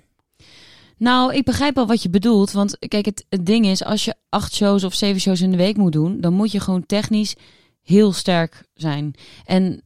Speaker 3: Nou, ik begrijp wel wat je bedoelt. Want kijk, het, het ding is, als je acht shows of zeven shows in de week moet doen, dan moet je gewoon technisch heel sterk zijn. En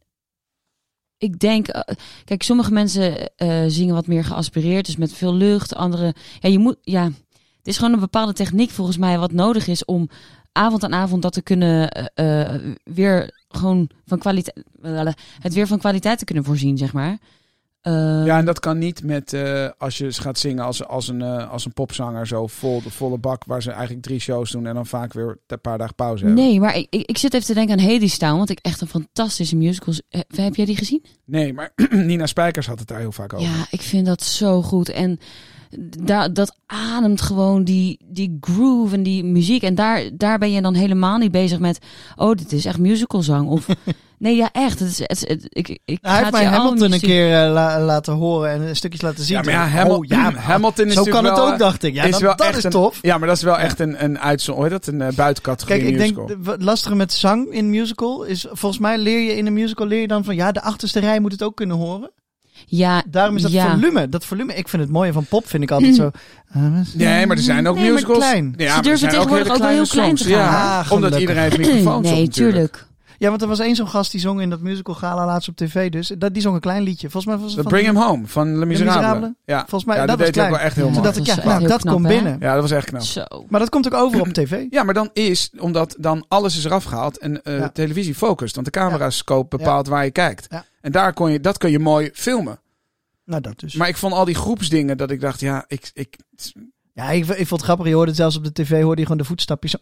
Speaker 3: ik denk, eh, kijk, sommige mensen eh, zingen wat meer geaspireerd, dus met veel lucht. Andere, ja, je moet, ja, het is gewoon een bepaalde techniek volgens mij wat nodig is om avond aan avond dat te kunnen eh, eh, weer gewoon van kwaliteit, het weer van kwaliteit te kunnen voorzien, zeg maar. Eh,
Speaker 2: Ja, en dat kan niet met eh, als je gaat zingen als, als, een, eh, als een popzanger zo vol de volle bak, waar ze eigenlijk drie shows doen en dan vaak weer een paar dagen pauze hebben.
Speaker 3: Nee, maar ik, ik, ik zit even te denken aan Hadestown, want ik echt een fantastische musical. Heb, heb jij die gezien?
Speaker 2: Nee, maar Nina Spijkers had het daar heel vaak over.
Speaker 3: Ja, ik vind dat zo goed. En da- dat ademt gewoon die, die groove en die muziek. En daar, daar ben je dan helemaal niet bezig met... oh, dit is echt musicalzang. Of nee, ja, echt. Het is, het, is- het, ik, ik
Speaker 1: Nou, hij heeft
Speaker 3: ga het
Speaker 1: mij
Speaker 3: je
Speaker 1: Hamilton
Speaker 3: allemaal
Speaker 1: een
Speaker 3: sturen.
Speaker 1: keer uh, la- laten horen en stukjes laten zien.
Speaker 2: Ja, maar ja,
Speaker 1: Toen-
Speaker 2: Hamil-
Speaker 1: oh, ja, maar
Speaker 2: Hamilton is
Speaker 1: zo kan
Speaker 2: natuurlijk
Speaker 1: het
Speaker 2: wel,
Speaker 1: ook, dacht ik. Ja,
Speaker 2: is
Speaker 1: dan-
Speaker 2: wel
Speaker 1: dat
Speaker 2: echt
Speaker 1: is
Speaker 2: een-
Speaker 1: tof.
Speaker 2: Ja, maar dat is wel echt een, een uitzondering. Hoor je dat? Een uh, buitencategorie
Speaker 1: Kijk, ik
Speaker 2: musical.
Speaker 1: denk, het lastige met zang in musical is... volgens mij leer je in een musical leer je dan van... ja, de achterste rij moet het ook kunnen horen.
Speaker 3: Ja,
Speaker 1: Daarom is dat
Speaker 3: ja.
Speaker 1: volume. Dat volume, ik vind het mooie van pop, vind ik altijd zo...
Speaker 2: Nee, maar er zijn ook
Speaker 1: Nee, maar
Speaker 2: musicals.
Speaker 1: klein.
Speaker 2: Ja,
Speaker 3: Ze
Speaker 2: maar
Speaker 3: durven
Speaker 2: er zijn
Speaker 3: tegenwoordig
Speaker 2: hele
Speaker 3: ook wel heel klein
Speaker 2: songs.
Speaker 3: te gaan.
Speaker 2: Ja,
Speaker 1: Ah,
Speaker 2: omdat
Speaker 1: gelukkig.
Speaker 2: iedereen heeft microfoons
Speaker 3: Nee,
Speaker 2: op natuurlijk.
Speaker 3: tuurlijk.
Speaker 1: Ja, want er was één zo'n gast die zong in dat musical gala laatst op tv. Dus dat, die zong een klein liedje. Volgens mij was het
Speaker 2: The
Speaker 1: van...
Speaker 2: Bring Him Home van Le Miserable.
Speaker 1: Miserable?
Speaker 2: Ja,
Speaker 1: Volgens mij,
Speaker 2: ja,
Speaker 1: dat
Speaker 2: dat
Speaker 1: was
Speaker 2: deed hij ook
Speaker 1: klein.
Speaker 2: wel echt heel
Speaker 3: Ja,
Speaker 1: Toen
Speaker 2: mooi.
Speaker 1: dacht ik,
Speaker 3: Dat
Speaker 1: ja,
Speaker 3: is
Speaker 1: nou,
Speaker 3: echt
Speaker 1: dat
Speaker 3: heel
Speaker 1: komt
Speaker 3: knap, hè?
Speaker 1: binnen.
Speaker 2: Ja, dat was echt knap.
Speaker 3: Zo.
Speaker 1: Maar dat komt ook over op tv.
Speaker 2: Ja, maar dan is, omdat dan alles is eraf gehaald en eh,
Speaker 1: Ja.
Speaker 2: televisie focust. Want de camerascope bepaalt waar je kijkt.
Speaker 1: Ja.
Speaker 2: En daar kon je, dat kun je mooi filmen.
Speaker 1: Nou, dat dus.
Speaker 2: Maar ik vond al die groepsdingen dat ik dacht, ja, ik... ik
Speaker 1: Ja, ik, ik vond het grappig. Je hoorde het zelfs op de tv, hoorde je gewoon de voetstapjes. Zo.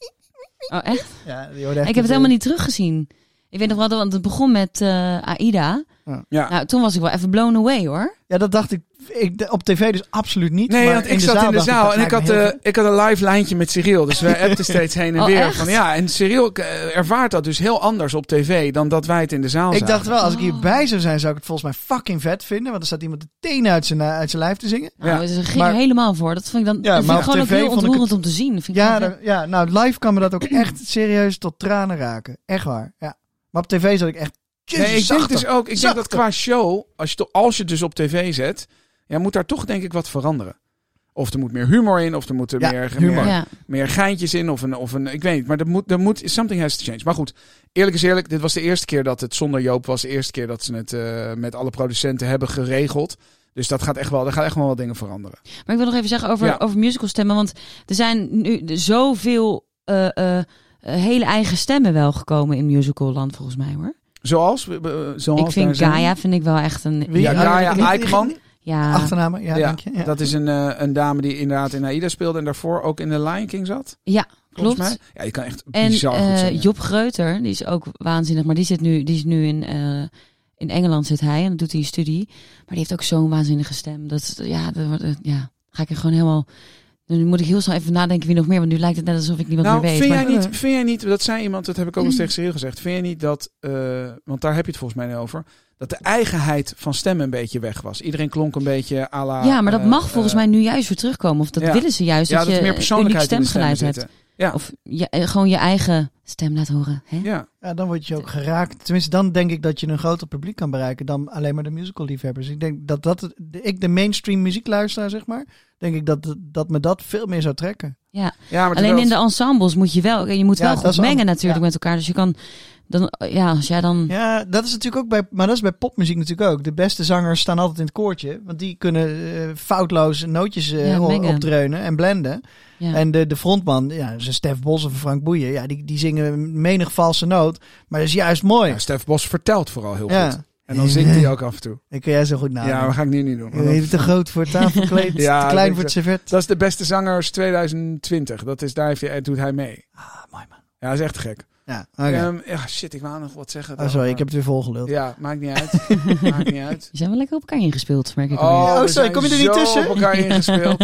Speaker 3: Oh, echt?
Speaker 1: Ja, die hoorde echt
Speaker 3: Ik heb het helemaal niet teruggezien. Ik weet nog wel, want het begon met uh, Aida.
Speaker 2: ja.
Speaker 3: Nou, toen was ik wel even blown away, hoor.
Speaker 1: Ja, dat dacht ik, ik op tv dus absoluut niet.
Speaker 2: Nee,
Speaker 1: maar
Speaker 2: want
Speaker 1: in
Speaker 2: ik
Speaker 1: de
Speaker 2: zat
Speaker 1: zaal
Speaker 2: in de
Speaker 1: dacht
Speaker 2: zaal
Speaker 1: dat
Speaker 2: en ik
Speaker 1: lijkt
Speaker 2: had,
Speaker 1: me heel
Speaker 2: uh, ik had een live lijntje met Cyril. Dus wij appten steeds heen en
Speaker 3: Oh,
Speaker 2: weer.
Speaker 3: echt?
Speaker 2: Van, ja, en Cyril uh, ervaart dat dus heel anders op tv dan dat wij het in de zaal
Speaker 1: Ik
Speaker 2: zagen.
Speaker 1: dacht wel, als ik
Speaker 3: Oh.
Speaker 1: hierbij zou zijn, zou ik het volgens mij fucking vet vinden. Want er staat iemand de tenen uit zijn, uit zijn lijf te zingen.
Speaker 3: Nou,
Speaker 2: Ja.
Speaker 3: ze ging
Speaker 1: Maar-
Speaker 3: er helemaal voor. Dat vind ik dan
Speaker 1: Ja,
Speaker 3: dat
Speaker 1: maar
Speaker 3: vind ik
Speaker 1: op
Speaker 3: gewoon ook
Speaker 1: tv
Speaker 3: heel
Speaker 1: vond ik
Speaker 3: ontroerend
Speaker 1: het-
Speaker 3: om te zien. Dat vind ik
Speaker 1: Ja,
Speaker 3: gewoon
Speaker 1: daar- ja, nou, live kan me dat ook echt serieus tot tranen raken. Echt waar, ja. Maar op tv zat ik echt...
Speaker 2: Nee, ik denk
Speaker 1: zachter.
Speaker 2: dus ook, ik denk
Speaker 1: Zachter.
Speaker 2: dat qua show, als je, to- als je het dus op tv zet, ja, moet daar toch denk ik wat veranderen. Of er moet meer humor in, of er moeten
Speaker 1: Ja,
Speaker 2: meer,
Speaker 1: humor.
Speaker 2: meer,
Speaker 3: ja.
Speaker 2: meer geintjes in, of een, of een, ik weet niet. Maar er moet, er moet, something has to change. Maar goed, eerlijk is eerlijk, dit was de eerste keer dat het zonder Joop was. De eerste keer dat ze het uh, met alle producenten hebben geregeld. Dus dat gaat echt wel, er gaat echt wel wat dingen veranderen.
Speaker 3: Maar ik wil nog even zeggen over,
Speaker 2: Ja.
Speaker 3: over musicalstemmen. Want er zijn nu zoveel uh, uh, hele eigen stemmen wel gekomen in musicalland, volgens mij, hoor.
Speaker 2: Zoals? Uh, zoals
Speaker 3: Ik vind
Speaker 2: daar zijn-
Speaker 3: Gaia vind ik wel echt een...
Speaker 1: Wie?
Speaker 2: Ja,
Speaker 1: Oh,
Speaker 2: Gaia
Speaker 1: ik- ik-
Speaker 2: Eikman.
Speaker 3: Ja,
Speaker 1: Achternamen, ja,
Speaker 2: Ja,
Speaker 1: denk je? Ja.
Speaker 2: dat is een, uh, een dame die inderdaad in Aida speelde en daarvoor ook in The Lion King zat.
Speaker 3: ja
Speaker 2: Volgens
Speaker 3: klopt.
Speaker 2: mij. Ja, je kan echt
Speaker 3: En
Speaker 2: bizar goed
Speaker 3: uh,
Speaker 2: zingen.
Speaker 3: Job Greuter, die is ook waanzinnig. Maar die, zit nu, die is nu in, uh, in Engeland zit hij en dan doet hij een studie. Maar die heeft ook zo'n waanzinnige stem. Dat, is- ja, dat wordt, uh, ja, ga ik er gewoon helemaal... Nu moet ik heel snel even nadenken wie nog meer. Want nu lijkt het net alsof ik niemand
Speaker 2: Nou,
Speaker 3: meer weet.
Speaker 2: vind
Speaker 3: maar-
Speaker 2: jij, niet, vind jij niet, dat zei iemand, dat heb ik ook eens tegen Cyril gezegd. Vind jij niet dat, uh, want daar heb je het volgens mij over, dat de eigenheid van stemmen een beetje weg was? Iedereen klonk een beetje à la...
Speaker 3: Ja, maar dat
Speaker 2: uh,
Speaker 3: mag volgens
Speaker 2: uh,
Speaker 3: mij nu juist weer terugkomen. Of dat
Speaker 2: ja.
Speaker 3: willen ze juist.
Speaker 2: Ja,
Speaker 3: dat,
Speaker 2: dat er
Speaker 3: je
Speaker 2: meer
Speaker 3: een
Speaker 2: persoonlijkheid
Speaker 3: uniek
Speaker 2: in de stemmen
Speaker 3: stemgeluid hebt.
Speaker 2: zitten. Ja.
Speaker 3: Of je, eh, gewoon je eigen stem laten horen. Hè?
Speaker 2: Ja.
Speaker 1: Ja, dan word je ook geraakt. Tenminste, dan denk ik dat je een groter publiek kan bereiken dan alleen maar de musical-liefhebbers. Ik denk dat dat, het- de- ik de mainstream muziekluisteraar, zeg maar, denk ik dat, dat me dat veel meer zou trekken.
Speaker 3: Ja.
Speaker 2: Ja, maar
Speaker 3: Alleen
Speaker 2: terwijl
Speaker 3: in de
Speaker 2: het-
Speaker 3: ensembles moet je wel, je moet
Speaker 1: Ja,
Speaker 3: wel
Speaker 1: dat
Speaker 3: goed
Speaker 1: is al-
Speaker 3: mengen natuurlijk
Speaker 1: ja.
Speaker 3: met elkaar. Dus je kan, dan, ja, als jij dan...
Speaker 1: Ja, dat is natuurlijk ook bij, maar dat is bij popmuziek natuurlijk ook. De beste zangers staan altijd in het koortje, want die kunnen uh, foutloos nootjes uh,
Speaker 3: Ja,
Speaker 1: o-
Speaker 3: mengen.
Speaker 1: opdreunen en blenden.
Speaker 3: Ja.
Speaker 1: En de, de frontman, ja, zo'n Stef Bos of Frank Boeien, ja, die, die zingen menig valse noot, maar dat is juist mooi.
Speaker 2: Ja, Stef Bos vertelt vooral heel
Speaker 1: Ja.
Speaker 2: goed. En dan zingt hij ook af en toe.
Speaker 1: Ik kan jij zo goed nadenken.
Speaker 2: Ja, dat ga ik nu niet doen.
Speaker 1: Je
Speaker 2: maar dat-
Speaker 1: bent te groot voor het tafelkleed,
Speaker 2: Ja,
Speaker 1: te klein
Speaker 2: ik
Speaker 1: voor het
Speaker 2: denk
Speaker 1: servet.
Speaker 2: Dat is de beste zangers twintig twintig. Dat is, daar heeft hij, doet hij mee.
Speaker 1: Ah, mooi man.
Speaker 2: Ja, dat is echt gek.
Speaker 1: Ja, oké.
Speaker 2: Ehm, ja, shit, ik wou nog wat zeggen.
Speaker 1: Oh, sorry, ik heb het weer volgeluld.
Speaker 2: Ja, maakt niet uit. maakt niet uit.
Speaker 3: Die zijn wel lekker op elkaar ingespeeld, merk ik
Speaker 2: Oh,
Speaker 3: alweer.
Speaker 1: Oh,
Speaker 2: we
Speaker 1: sorry,
Speaker 2: zijn
Speaker 1: kom je er niet
Speaker 2: zo
Speaker 1: tussen?
Speaker 2: op elkaar ingespeeld.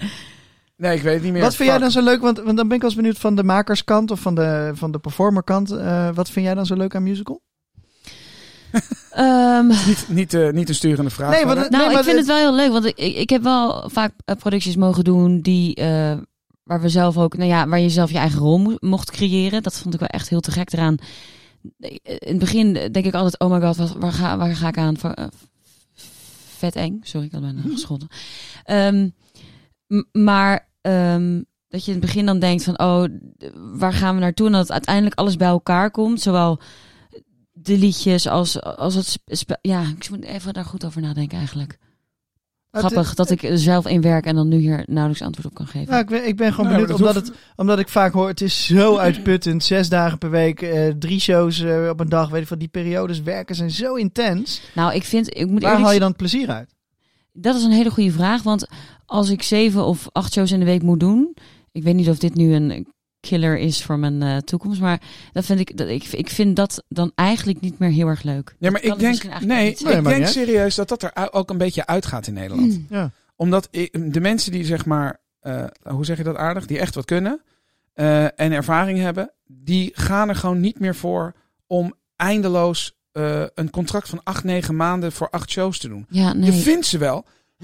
Speaker 2: Nee, ik weet het niet meer.
Speaker 1: Wat vind jij
Speaker 2: Fuck.
Speaker 1: dan zo leuk? Want, want dan ben ik wel eens benieuwd van de makerskant of van de, van de performerkant. Uh, wat vind jij dan zo leuk aan musical?
Speaker 3: Um,
Speaker 2: Niet, niet, uh, niet een sturende vraag.
Speaker 1: Nee,
Speaker 2: maar
Speaker 1: want-
Speaker 3: nou,
Speaker 1: Nee,
Speaker 3: ik
Speaker 1: maar
Speaker 3: vind
Speaker 1: het-
Speaker 3: het wel heel leuk, want ik, ik, ik heb wel vaak uh, producties mogen doen die, uh, waar we zelf ook, nou ja, waar je zelf je eigen rol mo- mocht creëren. Dat vond ik wel echt heel te gek eraan. In het begin denk ik altijd, oh my god, wat, waar, ga, waar ga ik aan? Uh, vet eng, sorry, ik had bijna gescholden. Um, m- maar um, dat je in het begin dan denkt van, oh, waar gaan we naartoe? En dat uiteindelijk alles bij elkaar komt, zowel de liedjes als, als het spel. Ja, ik moet even daar goed over nadenken eigenlijk. Grappig
Speaker 1: het,
Speaker 3: dat ik er zelf in werk en dan nu hier nauwelijks antwoord op kan geven.
Speaker 1: Ja, ik, ben, ik ben gewoon
Speaker 2: Nee,
Speaker 1: benieuwd,
Speaker 2: maar dat
Speaker 1: omdat, het, omdat ik vaak hoor, het is zo uitputtend. Zes dagen per week, uh, drie shows uh, op een dag. Weet je, van die periodes werken zijn zo intens.
Speaker 3: Nou, ik vind, ik moet
Speaker 1: Waar
Speaker 3: eerlijk
Speaker 1: haal je dan het plezier uit?
Speaker 3: Dat is een hele goede vraag, want als ik zeven of acht shows in de week moet doen, ik weet niet of dit nu een killer is voor mijn uh, toekomst, maar dat vind ik, dat, ik, ik vind dat dan eigenlijk niet meer heel erg leuk.
Speaker 2: Ja, maar
Speaker 3: Dat kan
Speaker 2: ik
Speaker 3: het
Speaker 2: denk,
Speaker 3: misschien eigenlijk
Speaker 2: nee,
Speaker 3: niet
Speaker 1: Nee,
Speaker 2: ik
Speaker 1: maar
Speaker 2: denk
Speaker 1: niet uit.
Speaker 2: serieus dat dat er u- ook een beetje uitgaat in Nederland.
Speaker 1: Ja.
Speaker 2: Omdat ik, de mensen die zeg maar, uh, hoe zeg je dat aardig, die echt wat kunnen uh, en ervaring hebben, die gaan er gewoon niet meer voor om eindeloos uh, een contract van acht, negen maanden voor acht shows te doen.
Speaker 3: Ja, nee.
Speaker 2: Je vindt ze wel,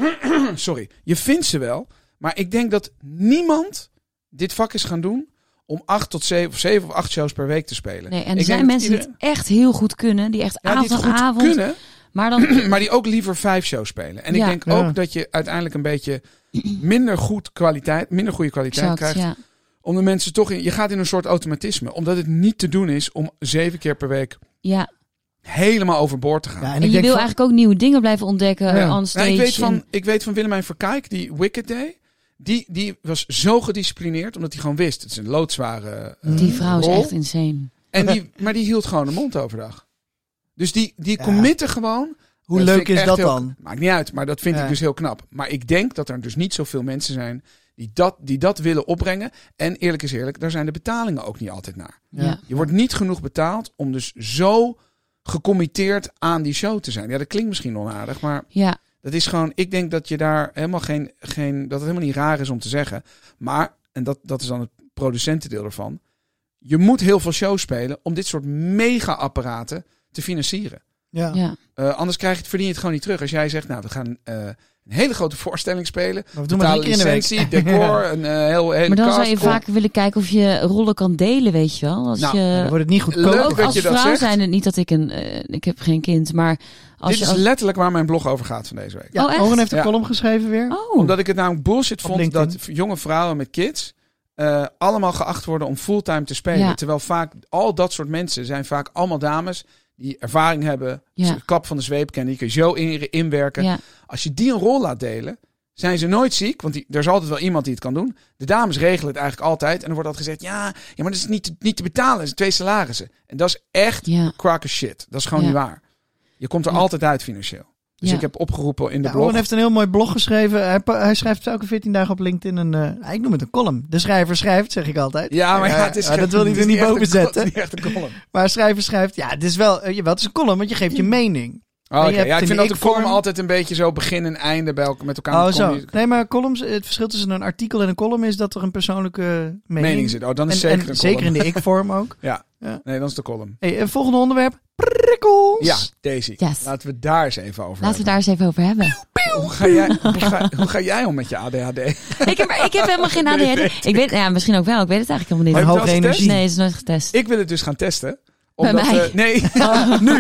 Speaker 2: sorry, je vindt ze wel, maar ik denk dat niemand dit vak is gaan doen om acht tot zeven of zeven of acht shows per week te spelen.
Speaker 3: Nee, en er
Speaker 2: ik
Speaker 3: zijn
Speaker 2: denk
Speaker 3: mensen
Speaker 2: iedereen...
Speaker 3: die het echt heel goed kunnen, die echt
Speaker 2: ja,
Speaker 3: avond
Speaker 2: die het goed
Speaker 3: aan avond.
Speaker 2: kunnen,
Speaker 3: Maar dan,
Speaker 2: maar die ook liever vijf shows spelen. En
Speaker 3: Ja.
Speaker 2: ik denk
Speaker 1: Ja.
Speaker 2: ook dat je uiteindelijk een beetje minder goed kwaliteit, minder goede kwaliteit
Speaker 3: exact,
Speaker 2: krijgt.
Speaker 3: ja.
Speaker 2: Om de mensen toch in, je gaat in een soort automatisme, omdat het niet te doen is om zeven keer per week
Speaker 3: ja.
Speaker 2: helemaal overboord te gaan.
Speaker 1: Ja,
Speaker 3: En,
Speaker 1: en
Speaker 3: je
Speaker 1: ik
Speaker 3: wil
Speaker 1: denk van-
Speaker 3: eigenlijk ook nieuwe dingen blijven ontdekken
Speaker 1: Ja.
Speaker 3: on stage.
Speaker 2: Nou, ik, weet van,
Speaker 3: en-
Speaker 2: ik weet van Willemijn Verkijk, die Wicked Day, die, die was zo gedisciplineerd, omdat hij gewoon wist, het is een loodzware uh,
Speaker 3: die vrouw is
Speaker 2: rol.
Speaker 3: echt insane.
Speaker 2: En die, maar die hield gewoon de mond overdag. Dus die, die
Speaker 1: Ja.
Speaker 2: committen gewoon.
Speaker 1: Hoe
Speaker 2: Dat
Speaker 1: leuk
Speaker 2: vind ik
Speaker 1: is
Speaker 2: echt
Speaker 1: dat
Speaker 2: heel-
Speaker 1: dan?
Speaker 2: Maakt niet uit, maar dat vind
Speaker 1: Ja.
Speaker 2: ik dus heel knap. Maar ik denk dat er dus niet zoveel mensen zijn die dat, die dat willen opbrengen. En eerlijk is eerlijk, daar zijn de betalingen ook niet altijd naar.
Speaker 3: Ja.
Speaker 1: Ja.
Speaker 2: Je wordt niet genoeg betaald om dus zo gecommitteerd aan die show te zijn. Ja, dat klinkt misschien onaardig, maar
Speaker 3: Ja.
Speaker 2: dat is gewoon... Ik denk dat je daar helemaal geen... geen dat het helemaal niet raar is om te zeggen. Maar, en dat, dat is dan het producentendeel ervan. Je moet heel veel shows spelen om dit soort mega-apparaten te financieren.
Speaker 1: Ja.
Speaker 3: Ja.
Speaker 2: Uh, anders krijg je het, verdien je het gewoon niet terug. Als jij zegt, nou, we gaan uh, een hele grote voorstelling spelen.
Speaker 1: Maar we doen maar drie keer in de week.
Speaker 2: licentie, decor, een uh, heel, hele
Speaker 3: Maar dan
Speaker 2: cast.
Speaker 3: zou je
Speaker 2: Kom.
Speaker 3: vaak willen kijken of je rollen kan delen, weet je wel. Als
Speaker 2: Nou,
Speaker 3: je,
Speaker 1: Dan wordt het niet goedkoop.
Speaker 2: Leuk
Speaker 3: ook
Speaker 2: dat
Speaker 3: als
Speaker 2: je dat
Speaker 3: vrouw
Speaker 2: zegt.
Speaker 3: zijn het niet dat ik een... eh, ik heb geen kind, maar als
Speaker 2: Dit
Speaker 3: je
Speaker 2: is
Speaker 3: als...
Speaker 2: letterlijk waar mijn blog over gaat van deze week.
Speaker 1: Ja,
Speaker 3: Oh, echt?
Speaker 1: Oren heeft een
Speaker 2: Ja.
Speaker 1: column geschreven weer.
Speaker 3: Oh,
Speaker 2: Omdat ik het namelijk bullshit
Speaker 1: Op
Speaker 2: vond
Speaker 1: LinkedIn.
Speaker 2: dat jonge vrouwen met kids uh, allemaal geacht worden om fulltime te spelen.
Speaker 3: Ja.
Speaker 2: Terwijl vaak al dat soort mensen zijn vaak allemaal dames die ervaring hebben,
Speaker 3: Ja.
Speaker 2: de klap van de zweep kennen, die kun je zo in, inwerken.
Speaker 3: ja.
Speaker 2: Als je die een rol laat delen, zijn ze nooit ziek. Want die, er is altijd wel iemand die het kan doen. De dames regelen het eigenlijk altijd. En er wordt altijd gezegd, ja, ja maar dat is niet, niet te betalen. Dat is twee salarissen. En dat is echt
Speaker 3: Ja.
Speaker 2: cracker shit. Dat is gewoon
Speaker 3: Ja.
Speaker 2: niet waar. Je komt er
Speaker 3: Ja.
Speaker 2: altijd uit financieel. Dus
Speaker 3: Ja.
Speaker 2: ik heb opgeroepen in de
Speaker 1: Ja,
Speaker 2: blog.
Speaker 1: Oren heeft een heel mooi blog geschreven. Hij, pa- hij schrijft elke veertien dagen op LinkedIn een... Uh, ik noem het een column. De schrijver schrijft, zeg ik altijd.
Speaker 2: Ja, maar ja, het is
Speaker 1: Ja, dat
Speaker 2: geen-
Speaker 1: wil hij
Speaker 2: het
Speaker 1: er
Speaker 2: is
Speaker 1: niet
Speaker 2: echt
Speaker 1: boven
Speaker 2: een col-
Speaker 1: zetten.
Speaker 2: Het is niet echt een column.
Speaker 1: Maar schrijver schrijft... Ja, het is wel... Uh, jawel, het is een column, want je geeft je mening.
Speaker 2: Oh, oké.
Speaker 1: je hebt
Speaker 2: Ja, ik
Speaker 1: een
Speaker 2: vind dat de
Speaker 1: ik-vorm.
Speaker 2: column altijd een beetje zo begin en einde bij elkaar, met elkaar
Speaker 1: Oh,
Speaker 2: moet
Speaker 1: zo.
Speaker 2: combi-
Speaker 1: Nee, maar columns... Het verschil tussen een artikel en een column is dat er een persoonlijke mening...
Speaker 2: mening zit. Oh, dan is
Speaker 1: En,
Speaker 2: zeker
Speaker 1: en
Speaker 2: een
Speaker 1: zeker
Speaker 2: column.
Speaker 1: in de ik-vorm ook.
Speaker 2: Ja.
Speaker 1: Ja.
Speaker 2: Nee, dan is de column.
Speaker 1: Hey, en volgende onderwerp. Prikkels.
Speaker 2: Ja, Daisy.
Speaker 3: Yes.
Speaker 2: Laten we daar eens even over
Speaker 3: Laten we
Speaker 2: hebben.
Speaker 3: daar eens even over hebben.
Speaker 2: Hoe ga, jij, hoe, ga, hoe ga jij om met je A D H D?
Speaker 3: ik, heb, ik heb helemaal geen A D H D. Ik weet, ja, misschien ook wel. Ik weet het eigenlijk helemaal
Speaker 2: Maar
Speaker 3: niet.
Speaker 2: heb je
Speaker 1: hoge
Speaker 2: het wel eens
Speaker 1: energie.
Speaker 3: Nee, het is nooit getest.
Speaker 2: Ik wil het dus gaan testen.
Speaker 3: Bij
Speaker 2: Omdat,
Speaker 3: mij?
Speaker 2: eh, nee, nu.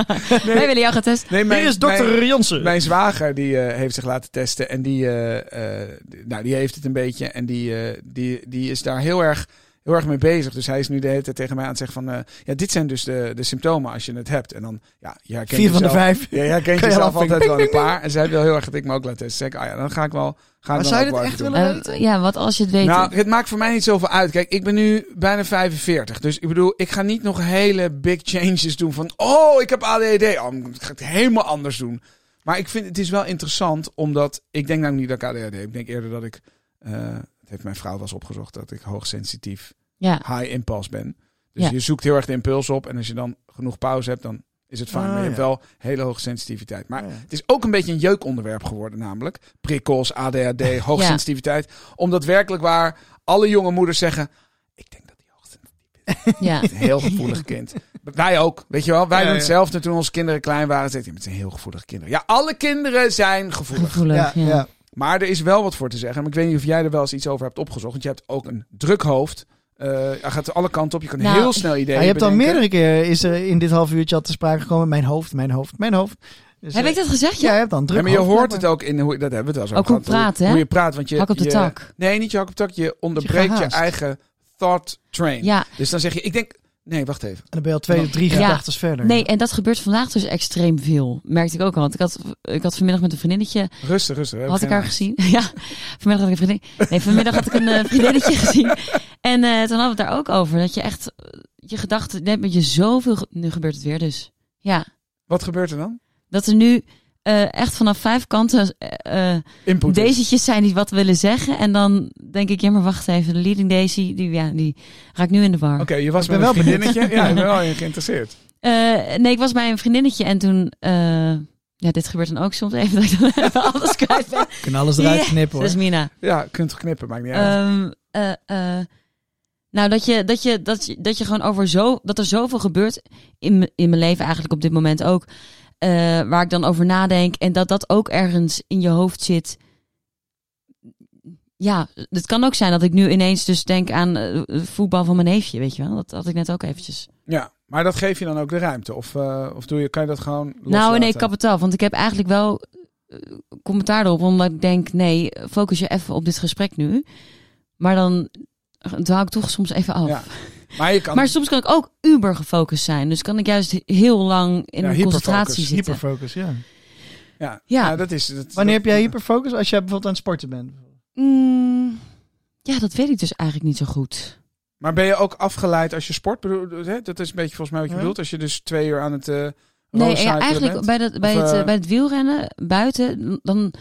Speaker 3: Wij willen jou gaan testen.
Speaker 2: Nee,
Speaker 1: Hier is dokter
Speaker 2: Mijn,
Speaker 1: Jansen.
Speaker 2: mijn zwager die uh, heeft zich laten testen. En die, uh, uh, nou, die heeft het een beetje. En die, uh, die, die is daar heel erg, heel erg mee bezig. Dus hij is nu de hele tijd tegen mij aan het zeggen van... Uh, ja, dit zijn dus de, de symptomen als je het hebt. En dan, ja, je herkent
Speaker 1: Vier van de
Speaker 2: jezelf-
Speaker 1: vijf.
Speaker 2: Ja, je herkent
Speaker 1: Kan je
Speaker 2: jezelf
Speaker 1: al
Speaker 2: altijd
Speaker 1: ping,
Speaker 2: wel een
Speaker 1: ping,
Speaker 2: paar. En zij wil heel erg dat ik me ook laat testen. Zeg ik, ah ja, dan ga ik wel... Ga ik
Speaker 1: Maar
Speaker 2: dan
Speaker 1: zou je
Speaker 2: ook
Speaker 1: dit
Speaker 2: wel
Speaker 1: echt
Speaker 2: even
Speaker 1: willen
Speaker 2: doen.
Speaker 3: Eh, ja, wat als je het weet.
Speaker 2: Nou, het maakt voor mij niet zoveel uit. Kijk, ik ben nu bijna vijfenveertig. Dus ik bedoel, ik ga niet nog hele big changes doen van... Oh, ik heb A D H D. Oh, dan ga ik het helemaal anders doen. Maar ik vind het is wel interessant, omdat... Ik denk nou niet dat ik A D H D heb. Ik denk eerder dat ik... Uh, het heeft mijn vrouw wel eens opgezocht, dat ik hoogsensitief
Speaker 3: ja.
Speaker 2: high impulse ben. Dus
Speaker 3: Ja.
Speaker 2: je zoekt heel erg de impuls op. En als je dan genoeg pauze hebt, dan is het fijn.
Speaker 1: Ah,
Speaker 2: maar je hebt
Speaker 1: ja.
Speaker 2: wel hele hoge sensitiviteit. Maar
Speaker 1: Ja.
Speaker 2: het is ook een beetje een jeukonderwerp geworden namelijk. Prikkels, A D H D, hoogsensitiviteit. Omdat werkelijk waar alle jonge moeders zeggen... Ik denk dat die hoogsensitief is.
Speaker 3: ja.
Speaker 2: Een heel gevoelig kind. Wij ook, weet je wel. Wij
Speaker 1: Ja,
Speaker 2: doen
Speaker 1: ja.
Speaker 2: hetzelfde toen onze kinderen klein waren. Zeiden, het zijn heel gevoelige kinderen. Ja, alle kinderen zijn gevoelig.
Speaker 3: Gevoelig.
Speaker 1: Ja,
Speaker 3: Ja,
Speaker 1: ja.
Speaker 2: Maar er is wel wat voor te zeggen. Maar ik weet niet of jij er wel eens iets over hebt opgezocht. Want je hebt ook een druk hoofd. Uh, hij gaat alle kanten op. Je kan
Speaker 3: Nou,
Speaker 2: heel snel ideeën
Speaker 1: Ja, je hebt al
Speaker 2: bedenken.
Speaker 1: meerdere keren is er in dit half uurtje al te sprake gekomen. Mijn hoofd, mijn hoofd, mijn hoofd. Dus,
Speaker 3: Heb
Speaker 1: eh,
Speaker 3: ik dat gezegd?
Speaker 1: Ja,
Speaker 3: Ja.
Speaker 1: je hebt dan druk
Speaker 2: Ja, maar je
Speaker 1: hoofd,
Speaker 2: hoort
Speaker 1: blijkbaar.
Speaker 2: het ook in hoe dat hebben we het wel eens
Speaker 3: Ook
Speaker 2: over
Speaker 3: hoe
Speaker 2: gehad.
Speaker 3: praten, hè?
Speaker 2: Hoe je praat, want je
Speaker 3: Hak op de
Speaker 2: je-
Speaker 3: tak.
Speaker 2: Nee, niet je hak op de tak. Je onderbreekt je,
Speaker 1: gehaast.
Speaker 2: eigen thought train.
Speaker 3: Ja.
Speaker 2: Dus dan zeg je, ik denk, nee, wacht even.
Speaker 1: En dan ben je al twee of drie
Speaker 3: Ja.
Speaker 1: gedachten verder.
Speaker 3: Nee, en dat gebeurt vandaag dus extreem veel. Merkte ik ook al. Want ik had, ik had vanmiddag met een vriendinnetje...
Speaker 2: Rustig, rustig. we hebben
Speaker 3: Had ik
Speaker 2: geen
Speaker 3: haar
Speaker 2: angst.
Speaker 3: gezien? Ja, vanmiddag had ik een vriendin. Nee, vanmiddag had ik een uh, vriendinnetje gezien. En uh, toen hadden we het daar ook over. Dat je echt uh, je gedachten net met je zoveel... ge- Nu gebeurt het weer dus. Ja,
Speaker 2: Wat gebeurt er dan?
Speaker 3: dat er nu uh, echt vanaf vijf kanten uh,
Speaker 2: Input. is.
Speaker 3: daisy'tjes zijn die wat willen zeggen. En dan denk ik, ja maar wacht even. De leading daisy, die, ja, die raakt nu in de war.
Speaker 2: Oké, je was
Speaker 1: Ik ben
Speaker 2: met een
Speaker 1: wel
Speaker 2: vriendinnetje. Ja, ik ben wel in geïnteresseerd.
Speaker 3: Uh, nee, ik was bij een vriendinnetje en toen... Uh, Ja, dit gebeurt dan ook soms even dat ik dan even alles kwijt ben.
Speaker 1: We kunnen alles eruit
Speaker 3: Ja,
Speaker 1: knippen hoor.
Speaker 3: Dat is Mina.
Speaker 2: Ja, kunt knippen, maakt niet uit.
Speaker 3: Ehm, eh, eh, nou, dat je, dat, je, dat, je, dat je gewoon over zo... Dat er zoveel gebeurt in, m- in mijn leven eigenlijk op dit moment ook. eh, waar ik dan over nadenk. En dat dat ook ergens in je hoofd zit. Ja, het kan ook zijn dat ik nu ineens dus denk aan eh, voetbal van mijn neefje, weet je wel. Dat had ik net ook eventjes.
Speaker 2: Ja, maar dat geef je dan ook de ruimte? Of, uh, of doe je, kan je dat gewoon loslaten?
Speaker 3: Nou, nee, ik kap het af. Want ik heb eigenlijk wel eh, commentaar erop. Omdat ik denk, nee, focus je even op dit gesprek nu. Maar dan dwaal ik toch soms even af.
Speaker 2: Ja. Maar, je kan...
Speaker 3: Maar soms kan ik ook uber gefocust zijn. Dus kan ik juist heel lang in
Speaker 2: Ja,
Speaker 3: een
Speaker 2: hyperfocus.
Speaker 3: concentratie zitten.
Speaker 1: Hyperfocus, ja.
Speaker 2: ja,
Speaker 3: Ja.
Speaker 2: ja, dat is... Dat,
Speaker 1: Wanneer heb
Speaker 2: dat-
Speaker 1: jij hyperfocus? Als jij bijvoorbeeld aan het sporten bent.
Speaker 3: Mm, ja, dat weet ik dus eigenlijk niet zo goed.
Speaker 2: Maar ben je ook afgeleid als je sport? Bedoel, hè? Dat is een beetje volgens mij wat je
Speaker 1: Ja.
Speaker 2: bedoelt. Als je dus twee uur aan het uh,
Speaker 3: Nee, ja, eigenlijk
Speaker 2: bent.
Speaker 3: bij, dat, bij,
Speaker 2: Of,
Speaker 3: het,
Speaker 2: uh,
Speaker 3: eh, bij het wielrennen buiten, dan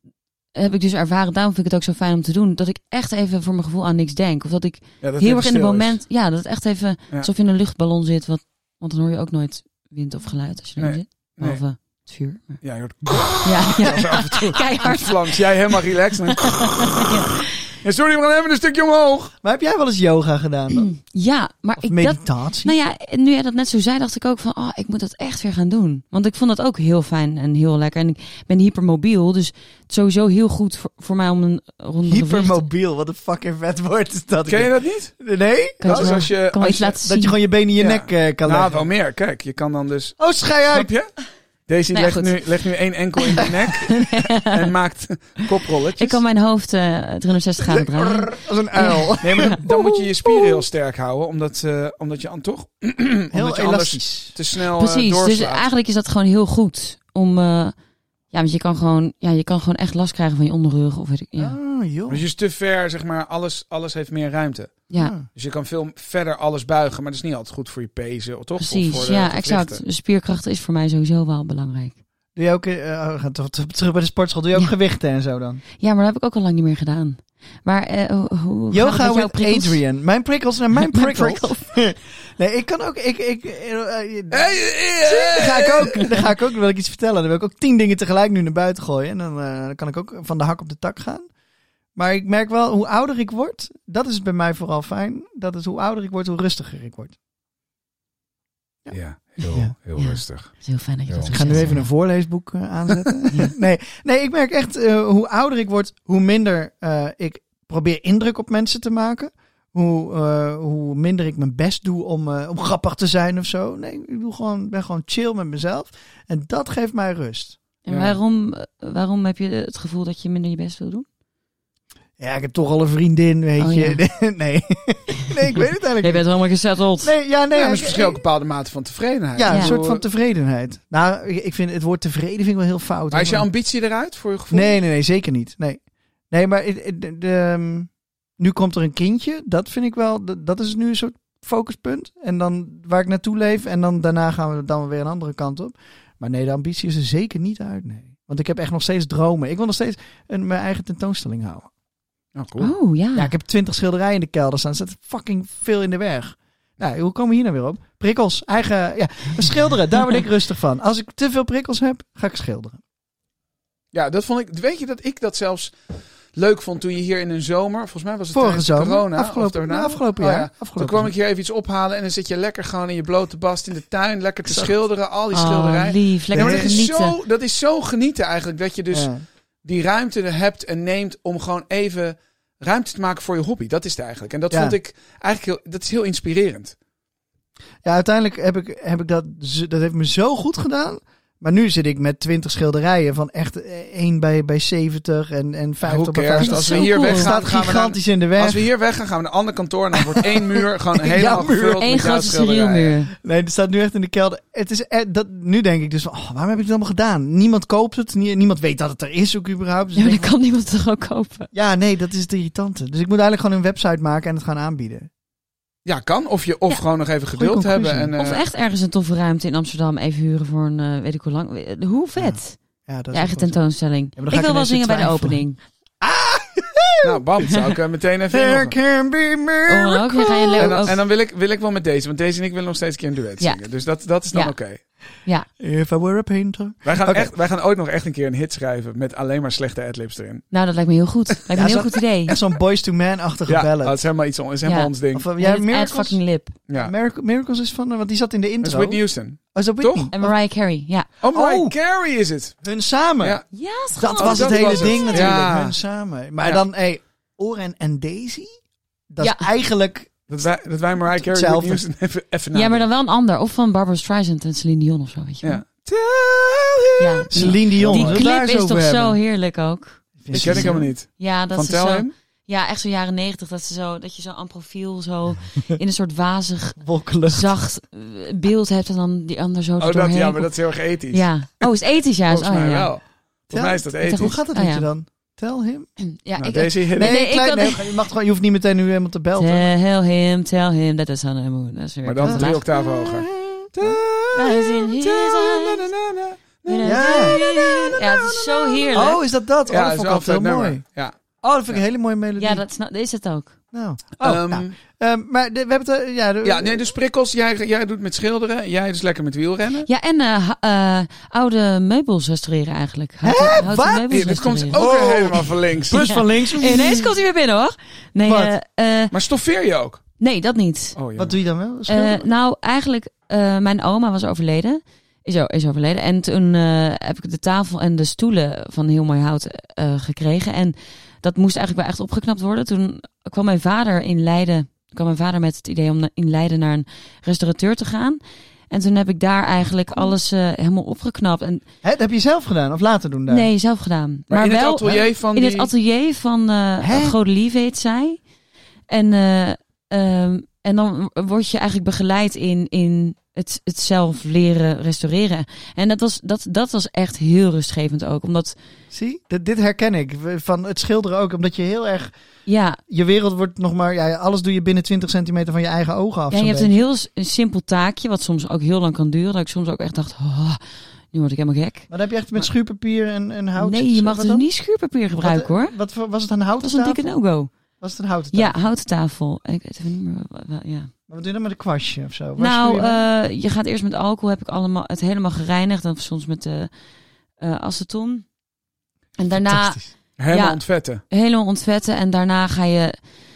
Speaker 3: heb ik dus ervaren, daarom vind ik het ook zo fijn om te doen, dat ik echt even voor mijn gevoel aan niks denk. Of dat ik
Speaker 2: ja, dat
Speaker 3: heel
Speaker 2: het
Speaker 3: erg in het
Speaker 2: stil is.
Speaker 3: moment, ja, dat het echt even,
Speaker 2: Ja.
Speaker 3: alsof je in een luchtballon zit, wat, want dan hoor je ook nooit wind of geluid als je erin
Speaker 2: Nee.
Speaker 3: zit.
Speaker 2: Nee.
Speaker 3: Behalve het vuur. Maar-
Speaker 2: Ja, je hoort
Speaker 3: Ja, ja.
Speaker 2: zo af en toe.
Speaker 3: Keihard.
Speaker 2: Vlaams, jij helemaal relaxed. En dan... ja, sorry, we gaan even een stukje omhoog.
Speaker 1: Maar heb jij wel eens yoga gedaan dan?
Speaker 3: Ja, maar
Speaker 1: Of
Speaker 3: ik dat,
Speaker 1: meditatie?
Speaker 3: nou ja, nu jij dat net zo zei, dacht ik ook van, oh, ik moet dat echt weer gaan doen. Want ik vond dat ook heel fijn en heel lekker. En ik ben hypermobiel, dus het is sowieso heel goed voor, voor mij om een ronde
Speaker 1: Hypermobiel, wat een fucking vet woord is dat.
Speaker 2: Ken je dat niet?
Speaker 1: Nee?
Speaker 3: Kan,
Speaker 2: Dat
Speaker 3: je
Speaker 2: is
Speaker 3: wel-
Speaker 2: als je-
Speaker 3: kan wel
Speaker 2: als
Speaker 3: iets
Speaker 2: je-
Speaker 3: laten zien.
Speaker 1: Dat je gewoon je benen in je
Speaker 2: Ja.
Speaker 1: nek eh, kan
Speaker 2: Nou,
Speaker 1: leggen.
Speaker 2: wel meer. Kijk, je kan dan dus...
Speaker 1: Oh, schei uit!
Speaker 2: Snap je? Daisy
Speaker 3: Nou ja,
Speaker 2: legt,
Speaker 3: goed.
Speaker 2: nu, legt nu één enkel in de nek en maakt koprolletjes.
Speaker 3: Ik kan mijn hoofd eh driehonderdzestig graden draaien.
Speaker 1: Als een uil.
Speaker 2: Nee, maar dan, dan moet je je spieren heel sterk houden, omdat, uh, omdat je dan toch
Speaker 1: Heel
Speaker 2: omdat je anders
Speaker 1: elastisch.
Speaker 2: te snel uh,
Speaker 3: Precies,
Speaker 2: doorslaat.
Speaker 3: dus eigenlijk is dat gewoon heel goed om... uh, ja, want je kan, gewoon, ja, je kan gewoon echt last krijgen van je onderrug. Of weet ik, ja.
Speaker 1: Oh, joh.
Speaker 2: Dus je is te ver, zeg maar, alles, alles heeft meer ruimte.
Speaker 3: ja,
Speaker 1: Ah.
Speaker 2: Dus je kan veel verder alles buigen, maar dat is niet altijd goed voor je pezen, toch? Of
Speaker 3: precies.
Speaker 2: voor de
Speaker 3: Ja,
Speaker 2: gewrichten.
Speaker 3: exact. Dus spierkracht is voor mij sowieso wel belangrijk.
Speaker 1: Doe je ook, uh, we gaan toch terug bij de sportschool, doe je ook
Speaker 3: Ja.
Speaker 1: gewichten en zo dan?
Speaker 3: Ja, maar dat heb ik ook al lang niet meer gedaan. Maar uh, hoe, hoe gaat het
Speaker 1: Yoga
Speaker 3: met jouw
Speaker 1: with
Speaker 3: prikkels?
Speaker 1: Adrian. Mijn prikkels en mijn
Speaker 3: Mijn
Speaker 1: prikkels. Nee, ik kan ook... Ik, ik, uh, uh,
Speaker 2: Hey, hey, hey.
Speaker 1: Dan ga ik ook, dan ga ik ook, wil ik iets vertellen. Dan wil ik ook tien dingen tegelijk nu naar buiten gooien. En dan, uh, dan kan ik ook van de hak op de tak gaan. Maar ik merk wel, hoe ouder ik word, dat is bij mij vooral fijn. Dat is hoe ouder ik word, hoe rustiger ik word.
Speaker 2: Ja, heel,
Speaker 1: Ja.
Speaker 2: heel
Speaker 3: Ja.
Speaker 2: rustig.
Speaker 3: Het is heel fijn dat je
Speaker 2: Ja.
Speaker 3: dat
Speaker 1: Ik
Speaker 3: zo
Speaker 1: ga nu
Speaker 3: zegt,
Speaker 1: even
Speaker 3: ja.
Speaker 1: een voorleesboek uh, aanzetten.
Speaker 3: Ja.
Speaker 1: nee, nee, ik merk echt, uh, hoe ouder ik word, hoe minder uh, ik probeer indruk op mensen te maken. Hoe, uh, hoe minder ik mijn best doe om, uh, om grappig te zijn of zo. Nee, ik doe gewoon, ben gewoon chill met mezelf. En dat geeft mij rust.
Speaker 3: En
Speaker 2: Ja.
Speaker 3: waarom, uh, waarom heb je het gevoel dat je minder je best wil doen?
Speaker 1: Ja, ik heb toch al een vriendin, weet
Speaker 3: Oh,
Speaker 1: je.
Speaker 3: ja.
Speaker 1: nee. nee, ik weet het eigenlijk
Speaker 3: Je bent helemaal gezetteld.
Speaker 1: Nee, ja, nee.
Speaker 2: Ja, maar
Speaker 1: ik-
Speaker 2: is misschien ook een bepaalde mate van tevredenheid.
Speaker 1: Ja,
Speaker 3: Ja.
Speaker 1: een soort van tevredenheid. Nou, ik ik vind het woord tevreden vind ik wel heel fout.
Speaker 2: Maar is je
Speaker 1: hoor.
Speaker 2: ambitie eruit voor je gevoel?
Speaker 1: Nee, nee, nee, zeker niet. Nee, nee maar het- het- de, de, um, nu komt er een kindje. Dat vind ik wel, dat- dat is nu een soort focuspunt. En dan waar ik naartoe leef. En dan daarna gaan we dan weer een andere kant op. Maar nee, de ambitie is er zeker niet uit, nee. Want ik heb echt nog steeds dromen. Ik wil nog steeds een, mijn eigen tentoonstelling houden.
Speaker 2: Oh, cool.
Speaker 3: Oh, ja.
Speaker 1: Ja, ik heb twintig schilderijen in de kelder staan. Er staat fucking veel in de weg. Nou, hoe komen we hier nou weer op? Prikkels, eigen... Ja, schilderen, daar word ik rustig van. Als ik te veel prikkels heb, ga ik schilderen.
Speaker 2: Ja, dat vond ik. Weet je dat ik dat zelfs leuk vond toen je hier in een zomer, volgens mij was het
Speaker 1: Vorige
Speaker 2: tijdens
Speaker 1: zomer,
Speaker 2: corona,
Speaker 1: afgelopen,
Speaker 2: of daarna?
Speaker 1: nou, afgelopen
Speaker 2: Oh,
Speaker 1: jaar.
Speaker 2: ja.
Speaker 1: Afgelopen
Speaker 2: Toen kwam
Speaker 1: jaar.
Speaker 2: ik hier even iets ophalen en dan zit je lekker gewoon in je blote bast in de tuin, lekker te
Speaker 1: Exact.
Speaker 2: schilderen, al die
Speaker 3: Oh,
Speaker 2: schilderijen.
Speaker 3: lief.
Speaker 2: Ja,
Speaker 3: Lekker
Speaker 2: maar
Speaker 3: te
Speaker 2: dat, is
Speaker 3: genieten.
Speaker 2: zo, dat is zo genieten eigenlijk, dat je dus
Speaker 1: Ja.
Speaker 2: die ruimte hebt en neemt om gewoon even ruimte te maken voor je hobby. Dat is het eigenlijk. En dat
Speaker 1: Ja.
Speaker 2: vond ik eigenlijk heel, dat is heel inspirerend.
Speaker 1: Ja, uiteindelijk heb ik, heb ik dat... z- Dat heeft me zo goed gedaan. Maar nu zit ik met twintig schilderijen van echt één bij, bij zeventig en, en vijftig bij
Speaker 2: cares?
Speaker 1: vijftig.
Speaker 2: Als we
Speaker 3: zo
Speaker 2: hier
Speaker 3: cool.
Speaker 1: Het
Speaker 2: weggaan,
Speaker 1: staat
Speaker 2: gaan we naar,
Speaker 1: gigantisch in de weg.
Speaker 2: als we hier weggaan, gaan we naar een ander kantoor en dan wordt één muur gewoon
Speaker 1: Ja,
Speaker 2: helemaal
Speaker 1: muur.
Speaker 2: gevuld
Speaker 3: Eén
Speaker 2: met jouw
Speaker 3: grote
Speaker 2: schilderijen.
Speaker 3: sterielmuur.
Speaker 1: Nee, het staat nu echt in de kelder. Het is e- dat, nu denk ik dus van, oh, waarom heb ik het allemaal gedaan? Niemand koopt het. nie- niemand weet dat het er is ook überhaupt. Dus
Speaker 3: Ja, maar
Speaker 1: ik
Speaker 3: dan
Speaker 1: denk
Speaker 3: kan niemand het toch ook kopen?
Speaker 1: ja, nee, dat is het irritante. Dus ik moet eigenlijk gewoon een website maken en het gaan aanbieden.
Speaker 2: Ja, kan. Of, je, of
Speaker 3: Ja.
Speaker 2: gewoon nog even
Speaker 1: Goeie
Speaker 2: geduld
Speaker 1: conclusie.
Speaker 2: hebben. En,
Speaker 3: Of
Speaker 2: eh,
Speaker 3: echt ergens een toffe ruimte in Amsterdam even huren voor een, uh, weet ik hoe lang. Hoe vet.
Speaker 1: Ja, dat
Speaker 3: Je
Speaker 1: is
Speaker 3: eigen
Speaker 1: ook wel zo.
Speaker 3: tentoonstelling.
Speaker 1: maar dan
Speaker 3: ik
Speaker 1: ga
Speaker 3: wil
Speaker 1: ik
Speaker 3: wel
Speaker 1: ineens
Speaker 3: zingen bij de
Speaker 1: twijfelen.
Speaker 3: opening.
Speaker 2: Nou, bam, zou ik eh, meteen even
Speaker 1: There
Speaker 2: inloggen.
Speaker 1: can be
Speaker 3: Oh, dan ook. Dan ga je
Speaker 2: En
Speaker 3: Leo
Speaker 2: dan,
Speaker 3: ook.
Speaker 2: en dan wil, ik, wil ik wel met deze, want deze en ik willen nog steeds een keer een duet
Speaker 3: Ja.
Speaker 2: zingen. Dus dat, dat is dan
Speaker 3: Ja.
Speaker 2: oké.
Speaker 3: Ja.
Speaker 1: If I were a painter.
Speaker 2: Wij gaan,
Speaker 1: Oké.
Speaker 2: echt, wij gaan ooit nog echt een keer een hit schrijven met alleen maar slechte adlibs erin.
Speaker 3: Nou, dat lijkt me heel goed. Lijkt me
Speaker 1: Ja,
Speaker 3: een heel
Speaker 1: zo-
Speaker 3: goed idee.
Speaker 1: Echt zo'n Boys to Man-achtige
Speaker 2: Ja,
Speaker 1: ballad.
Speaker 2: dat is helemaal iets on- is helemaal
Speaker 3: Ja.
Speaker 2: ons ding.
Speaker 1: Of, uh,
Speaker 3: Ja,
Speaker 1: ja,
Speaker 3: add
Speaker 1: Miracles,
Speaker 3: fucking lip.
Speaker 2: ja.
Speaker 1: Mirac- Miracles is van, uh, want die zat in de
Speaker 2: Dat is
Speaker 1: intro.
Speaker 2: Whitney Houston.
Speaker 1: Oh, is dat Whitney?
Speaker 2: Toch?
Speaker 3: En Mariah Carey, ja.
Speaker 2: Oh, Mariah
Speaker 1: Oh.
Speaker 2: Carey is het.
Speaker 1: Hun samen.
Speaker 2: Ja.
Speaker 3: Ja, schat.
Speaker 1: Dat
Speaker 2: Oh,
Speaker 1: was
Speaker 2: dat
Speaker 1: het hele
Speaker 2: was het.
Speaker 1: ding natuurlijk.
Speaker 2: Ja.
Speaker 1: Hun samen. Maar
Speaker 2: Ja.
Speaker 1: dan, hey, Oren en Daisy? Dat
Speaker 3: Ja.
Speaker 1: is eigenlijk...
Speaker 2: Dat wij, dat wij Mariah Carey
Speaker 1: Hetzelfde.
Speaker 2: Whitney Houston even, even
Speaker 3: Ja, maar
Speaker 2: nadoen.
Speaker 3: dan wel een ander. Of van Barbara Streisand en Celine Dion of zo, weet je wel.
Speaker 2: Ja. Tell him.
Speaker 3: Ja.
Speaker 1: Celine Dion.
Speaker 3: Die
Speaker 1: zullen we
Speaker 3: clip
Speaker 1: daar eens
Speaker 3: is
Speaker 1: over
Speaker 3: toch zo
Speaker 1: hebben?
Speaker 3: heerlijk ook.
Speaker 2: Die ken ik helemaal niet.
Speaker 3: Ja, dat
Speaker 2: Van
Speaker 3: is
Speaker 2: Tell
Speaker 3: zo.
Speaker 2: Him?
Speaker 3: Ja, echt zo jaren negentig. Dat, ze zo, dat je zo aan profiel zo in een soort wazig,
Speaker 1: Wolkenlucht.
Speaker 3: zacht eh, beeld hebt. En dan die ander zo
Speaker 2: Oh, dat,
Speaker 3: doorheen.
Speaker 2: ja, maar dat is heel erg ethisch.
Speaker 3: Ja. Oh, is het ethisch juist?
Speaker 2: Volgens
Speaker 3: Oh,
Speaker 2: mij
Speaker 3: ja.
Speaker 2: wel. Volgens mij is dat
Speaker 3: Hoe
Speaker 2: ethisch.
Speaker 1: Hoe gaat het
Speaker 3: Oh,
Speaker 1: met
Speaker 3: ja.
Speaker 1: je dan? Tell him?
Speaker 3: Ja,
Speaker 2: Nou,
Speaker 3: ik,
Speaker 2: deze hit.
Speaker 3: Nee, nee, ik
Speaker 1: klein,
Speaker 3: kan-
Speaker 1: nee, je, mag gewoon, je hoeft niet meteen nu helemaal te belten.
Speaker 3: Tell him, tell him that the sun and moon. Dat is weer
Speaker 2: Maar dan
Speaker 3: te
Speaker 2: drie
Speaker 3: laag.
Speaker 2: octaven hoger.
Speaker 3: Dat is in his eyes.
Speaker 1: Ja.
Speaker 3: Ja, het is zo heerlijk.
Speaker 1: Oh, is dat dat? Oh,
Speaker 2: Ja,
Speaker 1: dat
Speaker 2: is
Speaker 1: vond ik
Speaker 2: wel
Speaker 1: altijd heel
Speaker 2: een vet
Speaker 1: mooi.
Speaker 2: nummer. Ja.
Speaker 1: Oh, dat vind ik een hele mooie melodie.
Speaker 3: Ja, dat is, nou- dat is het ook.
Speaker 1: Nou. Oh,
Speaker 2: Ehm,
Speaker 1: nou. Ehm, maar de- we hebben het... eh, ja, de-
Speaker 2: Ja, nee, dus prikkels. Jij, jij doet met schilderen. Jij dus lekker met wielrennen.
Speaker 3: Ja, en eh, ha- eh, oude meubels restaureren eigenlijk. Houten,
Speaker 1: Hè?
Speaker 3: houten
Speaker 1: Wat?
Speaker 3: meubels
Speaker 2: Ja, dit komt
Speaker 3: restaureren.
Speaker 2: ook weer
Speaker 1: Oh.
Speaker 2: helemaal van links.
Speaker 1: Plus van links.
Speaker 3: Ineens komt hij weer binnen hoor. Nee,
Speaker 1: Wat?
Speaker 3: eh, eh,
Speaker 2: Maar stoffeer je ook?
Speaker 3: nee dat niet.
Speaker 2: Oh,
Speaker 1: Wat doe je dan wel?
Speaker 3: Eh,
Speaker 1: Schilderen?
Speaker 3: nou, eigenlijk, eh, mijn oma was overleden. Is, o- is overleden. En toen eh, heb ik de tafel en de stoelen van heel mooi hout eh, gekregen. En dat moest eigenlijk wel echt opgeknapt worden. Toen kwam mijn vader in Leiden. kwam mijn vader met het idee om na- in Leiden naar een restaurateur te gaan. En toen heb ik daar eigenlijk alles eh, helemaal opgeknapt. En
Speaker 1: Hè, dat heb je zelf gedaan of laten doen daar?
Speaker 3: nee, zelf gedaan.
Speaker 2: Maar,
Speaker 3: Maar,
Speaker 2: in
Speaker 3: wel
Speaker 2: het atelier van
Speaker 3: in
Speaker 2: die...
Speaker 3: het atelier van eh
Speaker 1: Hè?
Speaker 3: Godelieve heet zij. En, eh, ehm, en dan word je eigenlijk begeleid in, in het, het zelf leren restaureren. En dat was, dat, dat was echt heel rustgevend ook. Omdat,
Speaker 1: Zie, dit, dit herken ik. Van het schilderen ook. Omdat je heel erg...
Speaker 3: ja,
Speaker 1: Je wereld wordt nog maar... Ja, alles doe je binnen twintig centimeter van je eigen ogen af.
Speaker 3: ja je
Speaker 1: zo'n
Speaker 3: hebt een
Speaker 1: beetje.
Speaker 3: heel s- een simpel taakje, wat soms ook heel lang kan duren. Dat ik soms ook echt dacht, oh, nu word ik helemaal gek.
Speaker 1: Maar dan heb je echt met schuurpapier en, en hout...
Speaker 3: Nee, je mag
Speaker 1: wat
Speaker 3: dus
Speaker 1: dan?
Speaker 3: niet schuurpapier gebruiken hoor.
Speaker 1: Wat, wat voor- was het een houten
Speaker 3: Dat was een
Speaker 1: tafel?
Speaker 3: dikke no-go.
Speaker 1: Was het een houten
Speaker 3: Ja,
Speaker 1: tafel?
Speaker 3: houten tafel. Ik weet even niet meer. wat- wat- Ja.
Speaker 1: Maar wat doe je dan met een kwastje of zo? Waar
Speaker 3: Nou,
Speaker 1: schuur je dan?
Speaker 3: eh, je gaat eerst met alcohol, heb ik allemaal het helemaal gereinigd. En soms met de eh aceton. En daarna
Speaker 1: Fantastisch.
Speaker 2: Helemaal
Speaker 3: ja.
Speaker 2: ontvetten.
Speaker 3: helemaal ontvetten. En daarna ga je...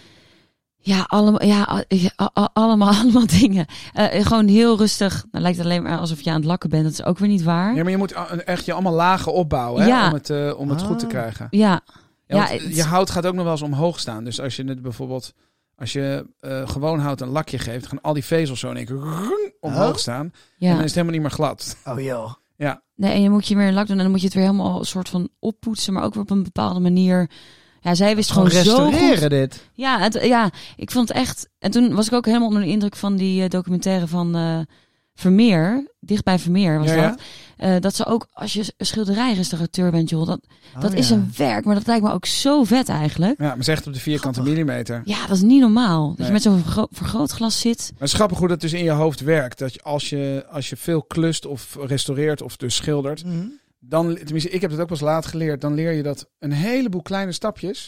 Speaker 3: Ja, allemaal, ja, a- ja, a- a- allemaal, allemaal dingen. Eh, gewoon heel rustig. Nou, lijkt het alleen maar alsof je aan het lakken bent. Dat is ook weer niet waar.
Speaker 2: Ja, maar je moet a- echt je allemaal lagen opbouwen hè,
Speaker 3: Ja.
Speaker 2: om het, eh, om het goed te
Speaker 1: Ah.
Speaker 2: krijgen.
Speaker 3: Ja,
Speaker 2: Ja, want
Speaker 3: Ja, het-
Speaker 2: je hout gaat ook nog wel eens omhoog staan. Dus als je het bijvoorbeeld... Als je eh, gewoon hout een lakje geeft, gaan al die vezels zo in één keer rrrr omhoog
Speaker 1: Oh.
Speaker 2: staan. En
Speaker 3: ja.
Speaker 2: dan is het helemaal niet meer glad.
Speaker 1: Oh joh.
Speaker 3: Nee, en je moet je weer lak doen. En dan moet je het weer helemaal een soort van oppoetsen. Maar ook weer op een bepaalde manier. Ja, zij wist
Speaker 1: Gewoon
Speaker 3: gewoon, zo goed.
Speaker 1: restaureren dit.
Speaker 3: Ja, het, ja, ik vond het echt... En toen was ik ook helemaal onder de indruk van die eh, documentaire van eh, Vermeer. Dicht bij Vermeer was
Speaker 2: Ja, ja.
Speaker 3: dat. Eh, dat ze ook, als je schilderijrestaurateur bent, joh. Dat, dat
Speaker 1: Oh,
Speaker 3: is
Speaker 1: ja.
Speaker 3: een werk, maar dat lijkt me ook zo vet eigenlijk.
Speaker 2: Ja, maar zegt op de vierkante
Speaker 1: Grappig.
Speaker 2: millimeter.
Speaker 3: Ja, dat is niet normaal. Dat
Speaker 2: Nee.
Speaker 3: je met zo'n vergro- vergrootglas zit.
Speaker 2: Maar het is grappig hoe dat dus in je hoofd werkt. Dat je als je, als je veel klust of restaureert of dus schildert.
Speaker 1: Mhm.
Speaker 2: Dan, tenminste, ik heb het ook pas laat geleerd. Dan leer je dat een heleboel kleine stapjes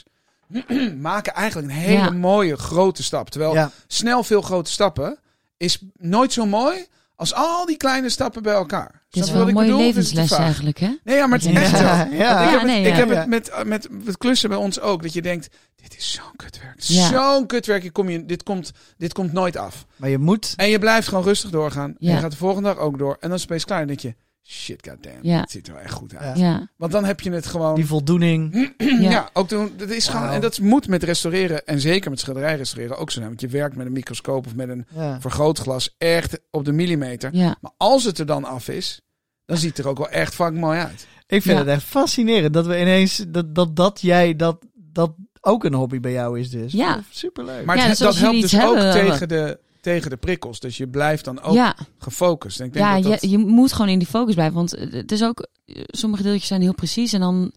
Speaker 2: maken eigenlijk een hele
Speaker 3: Ja.
Speaker 2: mooie grote stap. Terwijl
Speaker 1: Ja.
Speaker 2: snel veel grote stappen is nooit zo mooi als al die kleine stappen bij elkaar.
Speaker 3: Dit
Speaker 2: Snap
Speaker 3: is
Speaker 2: je
Speaker 3: wel
Speaker 2: wat
Speaker 3: een
Speaker 2: ik
Speaker 3: mooie
Speaker 2: bedoel? Of is het te
Speaker 3: levensles
Speaker 2: vaag?
Speaker 3: eigenlijk, hè?
Speaker 2: Nee, ja, maar het is
Speaker 3: Ja.
Speaker 2: echt zo.
Speaker 1: Ja,
Speaker 2: Want
Speaker 1: ja.
Speaker 2: ik heb,
Speaker 3: Ja,
Speaker 2: het,
Speaker 3: nee,
Speaker 2: ik
Speaker 3: ja.
Speaker 2: heb
Speaker 1: Ja.
Speaker 2: het met, met, met klussen bij ons ook. Dat je denkt, dit is zo'n kutwerk.
Speaker 3: Ja.
Speaker 2: Zo'n kutwerk. Je kom je, dit, komt, dit komt nooit af.
Speaker 1: Maar je moet...
Speaker 2: En je blijft gewoon rustig doorgaan. En
Speaker 3: Ja.
Speaker 2: je gaat de volgende dag ook door. En dan is het opeens klaar. En dan denk je, shit, goddamn.
Speaker 3: Ja.
Speaker 2: Het ziet er wel echt goed uit.
Speaker 1: Ja.
Speaker 3: Ja,
Speaker 2: Want dan heb je het gewoon...
Speaker 1: Die voldoening.
Speaker 2: Ja,
Speaker 3: ja.
Speaker 2: ook toen, dat is gewoon,
Speaker 1: Wauw.
Speaker 2: en dat moet met restaureren en zeker met schilderij restaureren ook zo zijn. Want je werkt met een microscoop of met een
Speaker 1: Ja.
Speaker 2: vergrootglas echt op de millimeter.
Speaker 3: ja.
Speaker 2: Maar als het er dan af is, dan ziet het er ook wel echt fucking mooi uit.
Speaker 1: Ik vind
Speaker 3: Ja.
Speaker 1: het echt fascinerend dat we ineens... Dat dat, dat jij... Dat, dat ook een hobby bij jou is dus.
Speaker 3: Ja.
Speaker 1: Superleuk.
Speaker 2: Maar
Speaker 3: Ja,
Speaker 2: het,
Speaker 3: dus
Speaker 2: dat
Speaker 3: als
Speaker 2: helpt
Speaker 3: jullie
Speaker 2: dus
Speaker 3: iets
Speaker 2: ook
Speaker 3: hebben,
Speaker 2: tegen de, tegen de prikkels. Dus je blijft dan ook
Speaker 3: ja.
Speaker 2: gefocust. En ik denk
Speaker 3: Ja,
Speaker 2: dat dat...
Speaker 3: je, je moet gewoon in die focus blijven. Want het is ook, sommige deeltjes zijn heel precies. En dan,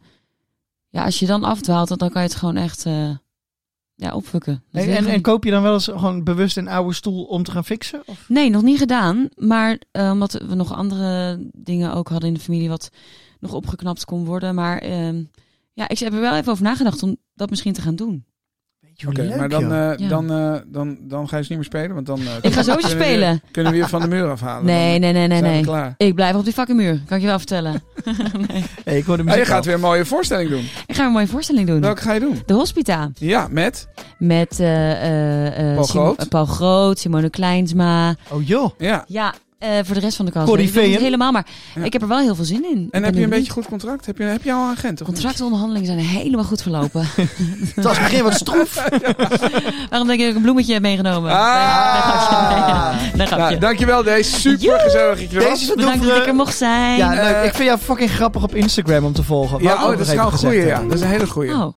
Speaker 3: ja, als je dan afdwaalt, dan kan je het gewoon echt uh, ja, opfukken. Dat
Speaker 1: En,
Speaker 3: weet
Speaker 1: en,
Speaker 3: ik
Speaker 1: en
Speaker 3: niet.
Speaker 1: koop je dan wel eens gewoon bewust een oude stoel om te gaan fixen? Of?
Speaker 3: Nee, nog niet gedaan. Maar uh, omdat we nog andere dingen ook hadden in de familie wat nog opgeknapt kon worden. Maar uh, ja, ik heb er wel even over nagedacht om dat misschien te gaan doen.
Speaker 2: Oké,
Speaker 1: leuk,
Speaker 2: maar dan,
Speaker 1: joh.
Speaker 2: uh,
Speaker 3: Ja.
Speaker 2: dan, uh, dan, dan ga je dus niet meer spelen, want dan... Uh,
Speaker 3: Ik ga sowieso
Speaker 2: kunnen we
Speaker 3: spelen.
Speaker 2: weer- kunnen we je van de muur afhalen.
Speaker 3: Nee,
Speaker 2: Dan
Speaker 3: nee, nee, nee,
Speaker 2: zijn we
Speaker 3: nee.
Speaker 2: klaar.
Speaker 3: Ik blijf op die fucking muur. Kan ik je wel vertellen.
Speaker 1: Hey, ik hoor de
Speaker 2: Ah,
Speaker 1: muziek
Speaker 2: je gaat
Speaker 1: al.
Speaker 2: weer een mooie voorstelling doen.
Speaker 3: Ik ga een mooie voorstelling doen.
Speaker 2: Welke ga je doen?
Speaker 3: De Hospita.
Speaker 2: Ja, met?
Speaker 3: Met uh, uh, uh,
Speaker 2: Paul
Speaker 3: Sim-
Speaker 2: Groot.
Speaker 3: uh, Paul Groot, Simone Kleinsma.
Speaker 1: Oh joh.
Speaker 2: Ja.
Speaker 3: Ja, uh, voor de rest van de kast.
Speaker 1: Corrie
Speaker 3: weet ik nog niet
Speaker 1: Veen.
Speaker 3: helemaal, maar
Speaker 2: Ja.
Speaker 3: ik heb er wel heel veel zin in. Ik
Speaker 2: En
Speaker 3: ben
Speaker 2: heb je
Speaker 3: heel
Speaker 2: een beetje
Speaker 3: benieuwd.
Speaker 2: goed contract? Heb je, heb je al een agent? Of niet?
Speaker 3: Contractonderhandelingen zijn helemaal goed verlopen.
Speaker 1: Het was begin wat stroef.
Speaker 3: Waarom denk je dat ik een bloemetje heb meegenomen?
Speaker 2: Ah.
Speaker 3: Nee, nee, grapje. Nee, nee, grapje.
Speaker 2: Nou, dankjewel Deze. Super
Speaker 3: Joe.
Speaker 2: gezellig dat je er was.
Speaker 1: Deze is het
Speaker 3: Bedankt dat ik er mocht zijn.
Speaker 1: Ja, leuk.
Speaker 2: Eh,
Speaker 1: ik vind jou fucking grappig op Instagram om te volgen. Wou ik
Speaker 2: Ja,
Speaker 1: ook
Speaker 2: oh,
Speaker 1: nog
Speaker 2: dat is
Speaker 1: even
Speaker 2: wel een
Speaker 1: gezegd
Speaker 2: goeie, ja.
Speaker 1: hebben.
Speaker 2: Dat is een hele goeie.
Speaker 3: Oh.